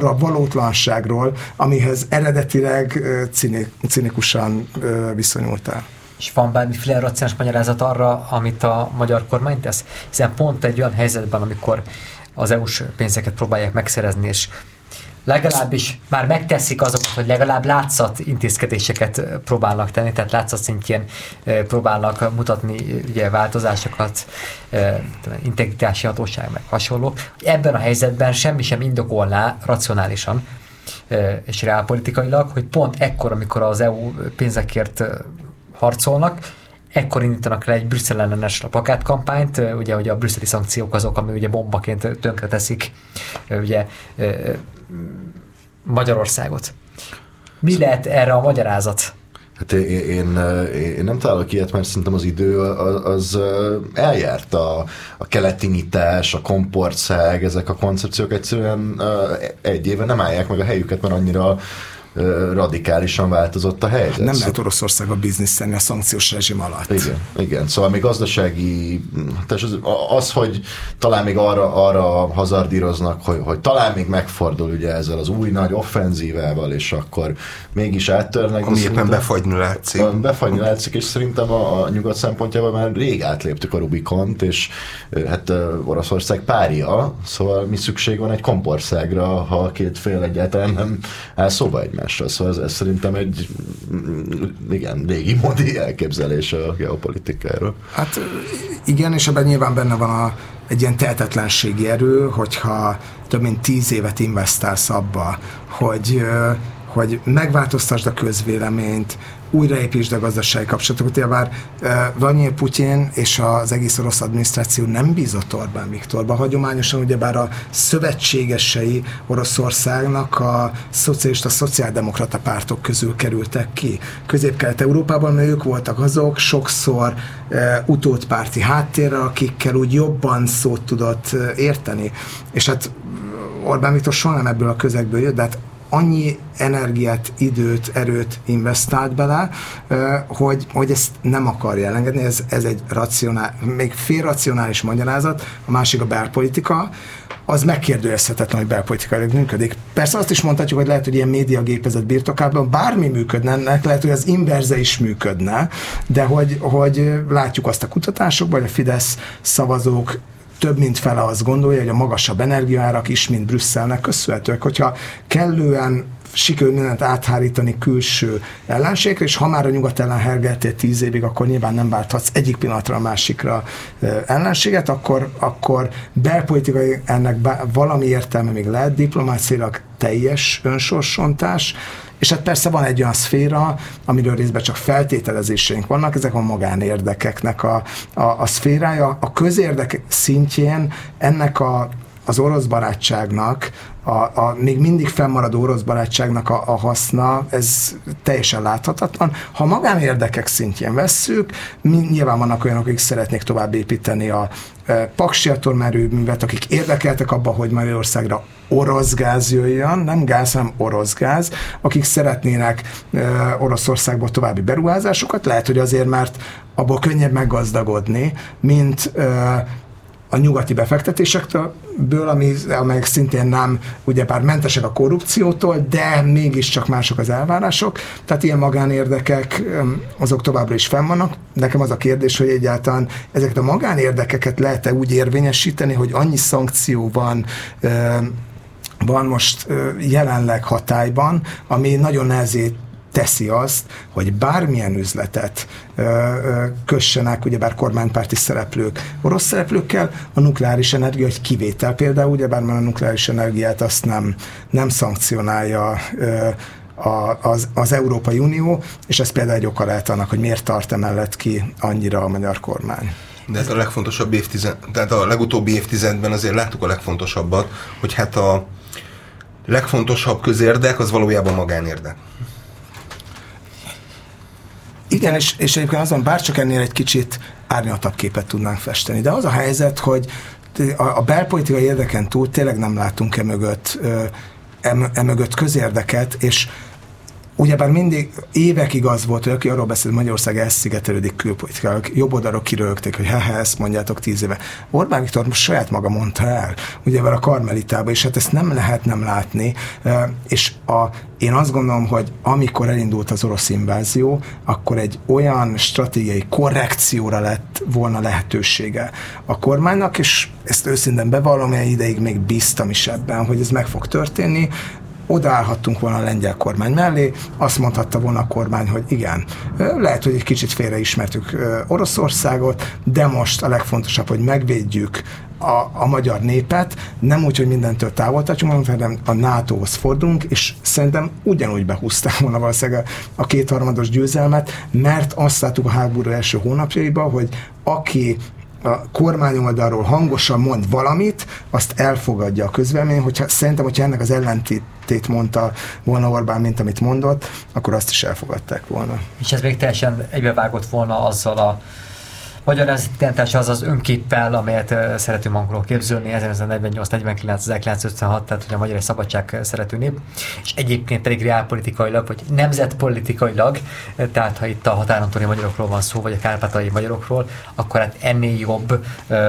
arra a valótlanságról, amihez eredetileg cinikusan viszonyultál. És van bármiféle racionális magyarázat arra, amit a magyar kormány tesz? Hiszen pont egy olyan helyzetben, amikor az EU-s pénzeket próbálják megszerezni, és legalábbis már megteszik azokat, hogy legalább látszat intézkedéseket próbálnak tenni, tehát látszat szintjén próbálnak mutatni ugye, változásokat, integritási hatóság meg hasonlók. Ebben a helyzetben semmi sem indokolná racionálisan és reálpolitikailag, hogy pont ekkor, amikor az EU pénzekért harcolnak, ekkor indítanak le egy Brüsszel ellenes plakátkampányt, ugye, hogy a brüsszeli szankciók azok, ami ugye bombaként tönkreteszik ugye, Magyarországot. Mi lehet erre a magyarázat? Hát én nem találok ilyet, mert szerintem az idő az eljárt. A keleti nyitás, a komportszág, ezek a koncepciók egyszerűen egy éve nem állják meg a helyüket, mert annyira radikálisan változott a helyzet. Nem lehet Oroszország a bizniszelni a szankciós rezsim alatt. Igen. Szóval még gazdasági, az, hogy talán még arra hazardíroznak, hogy talán még megfordul ugye ezzel az új nagy offenzívával, és akkor mégis áttörnek. Ami éppen befagyni látszik. Befagyni látszik, és szerintem a nyugat szempontjában már rég átléptük a Rubikont, és hát Oroszország párja, szóval mi szükség van egy kompországra, ha a két fél egyáltalán nem áll szóba egymásra. Szóval ez szerintem egy igen, régi módi elképzelés a geopolitikáról. Hát igen, és ebben nyilván benne van egy ilyen tehetetlenségi erő, hogyha több mint 10 évet investálsz abba, hogy megváltoztasd a közvéleményt, újraépítsd a gazdasági kapcsolatokat. Ugyebár Vladimir Putyin és az egész orosz adminisztráció nem bízott Orbán Viktorba. Hagyományosan ugyebár a szövetségesei Oroszországnak a szocialista, szociáldemokrata pártok közül kerültek ki. Közép-Kelet-Európában ők voltak azok, sokszor utódpárti háttérrel, akikkel úgy jobban szót tudott érteni. És hát Orbán Viktor soha nem ebből a közegből jött, de hát annyi energiát, időt, erőt investált bele, hogy ezt nem akarja elengedni. Ez egy még félracionális magyarázat, a másik a belpolitika, az megkérdőjelezhetetlen, hogy belpolitikailag működik. Persze azt is mondhatjuk, hogy lehet, hogy ilyen médiagépezet birtokában bármi működne ennek, lehet, hogy az inverze is működne, de hogy látjuk azt a kutatásokban, hogy a Fidesz szavazók több mint fele azt gondolja, hogy a magasabb energiaárak is, mint Brüsszelnek köszönhetőek. Hogyha kellően sikerül mindent áthárítani külső ellenségre, és ha már a nyugat ellen hergeltél 10 évig, akkor nyilván nem válthatsz egyik pillanatra a másikra ellenséget, akkor belpolitikai ennek valami értelme még lehet, diplomáciailag teljes önsorsontás, és hát persze van egy olyan szféra, amiről részben csak feltételezéseink vannak, ezek a magánérdekeknek a szférája. A közérdek szintjén ennek az orosz barátságnak, a még mindig fennmaradó orosz barátságnak a haszna, ez teljesen láthatatlan. Ha magánérdekek szintjén vesszük, nyilván vannak olyanok, akik szeretnék tovább építeni a paksi atomerőművet, akik érdekeltek abban, hogy Magyarországra orosz gáz jöjjön, nem gáz, hanem orosz gáz, akik szeretnének Oroszországból további beruházásokat, lehet, hogy azért, mert abból könnyebb meggazdagodni, mint a nyugati befektetésektől, amelyek szintén nem ugyebár mentesek a korrupciótól, de mégiscsak mások az elvárások, tehát ilyen magánérdekek azok továbbra is fenn vannak. Nekem az a kérdés, hogy egyáltalán ezeket a magánérdekeket lehet-e úgy érvényesíteni, hogy annyi szankció van most jelenleg hatályban, ami nagyon nehezét teszi azt, hogy bármilyen üzletet kössenek, ugyebár kormánypárti szereplők orosz szereplőkkel, a nukleáris energia egy kivétel például, ugyebár már a nukleáris energiát azt nem szankcionálja az Európai Unió, és ez például egy oka lehet annak, hogy miért tart emellett ki annyira a magyar kormány. De ez a legfontosabb tehát a legutóbbi évtizedben azért láttuk a legfontosabbat, hogy hát a legfontosabb közérdek az valójában magánérdek. Igen, és egyébként azon bárcsak ennél egy kicsit árnyaltabb képet tudnánk festeni. De az a helyzet, hogy a belpolitikai érdeken túl tényleg nem látunk emögött közérdeket, és ugyebár mindig évekig az volt, hogy aki arról beszél, hogy Magyarország elszigetelődik külpolitikával, jobb oldalról kirögték, hogy ezt mondjátok 10 éve. Orbán Viktor most saját maga mondta el, ugyebár a Karmelitában, és hát ezt nem lehet nem látni, és én azt gondolom, hogy amikor elindult az orosz invázió, akkor egy olyan stratégiai korrekcióra lett volna lehetősége a kormánynak, és ezt őszintén bevallom, egy ideig még bíztam is ebben, hogy ez meg fog történni. Odaállhattunk volna a lengyel kormány mellé, azt mondhatta volna a kormány, hogy igen, lehet, hogy egy kicsit félreismertük Oroszországot, de most a legfontosabb, hogy megvédjük a magyar népet, nem úgy, hogy mindentől távol tartsunk, hanem a NATO-hoz fordulunk, és szerintem ugyanúgy behúzták volna valószínűleg a 2/3 győzelmet, mert azt láttuk a háború első hónapjaiban, hogy aki a kormány oldalról hangosan mond valamit, azt elfogadja a közvélemény, szerintem, hogyha ennek az ellentétét mondta volna Orbán, mint amit mondott, akkor azt is elfogadták volna. És ez még teljesen egybevágott volna azzal a magyar nemzeti az önképpel, amelyet szeretünk magunkról képzelni, 1948-49-1956, tehát hogy a magyar egy szabadság szerető nép, és egyébként pedig reálpolitikailag, vagy nemzetpolitikailag, tehát ha itt a határon túli magyarokról van szó, vagy a kárpátaljai magyarokról, akkor hát ennél jobb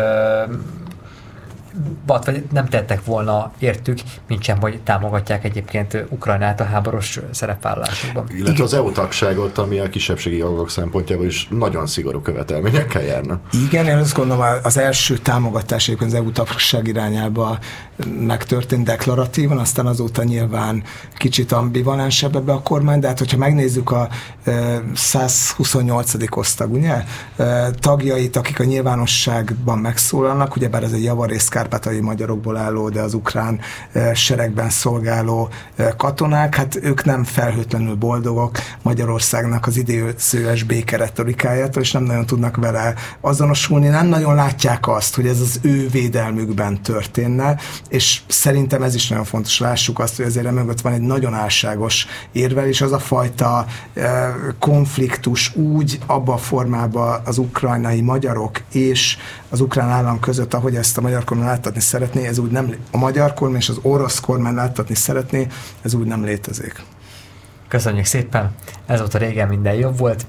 vagy nem tettek volna értük, mint sem, hogy támogatják egyébként Ukrajnát a háborús szerepvállalásokban. Illetve az EU tagságot, ami a kisebbségi jogok szempontjából is nagyon szigorú követelményekkel járna. Igen, én azt gondolom, az első támogatás az EU tagság irányába megtörtént deklaratívan, aztán azóta nyilván kicsit ambivalensebb ebbe a kormány, de hát hogyha megnézzük a 128. osztag, ugye, tagjait, akik a nyilvánosságban megszólalnak, ugyebár ez egy javarészt kárpátaljai magyarokból álló, de az ukrán seregben szolgáló katonák, hát ők nem felhőtlenül boldogok Magyarországnak az idézőes békeretorikájától, és nem nagyon tudnak vele azonosulni, nem nagyon látják azt, hogy ez az ő védelmükben történne, és szerintem ez is nagyon fontos, lássuk azt, hogy azért mögött van egy nagyon álságos érvelés, az a fajta konfliktus úgy abba a formában az ukrajnai magyarok és az ukrán állam között, ahogy ezt a magyar kormány láttatni szeretné, ez úgy nem, a magyar kormány és az orosz kormány láttatni szeretné, ez úgy nem létezik. Köszönjük szépen, ez volt a Régen minden jobb volt.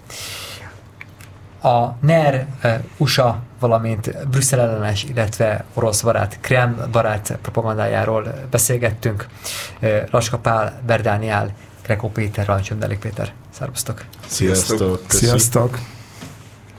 A NER, USA, valamint Brüsszel ellenes, illetve orosz barát, Kreml barát propagandájáról beszélgettünk. Laska Pál, Berdániál, Grekó Péter, Rancsöndelik Péter. Szervusztok! Sziasztok! Sziasztok!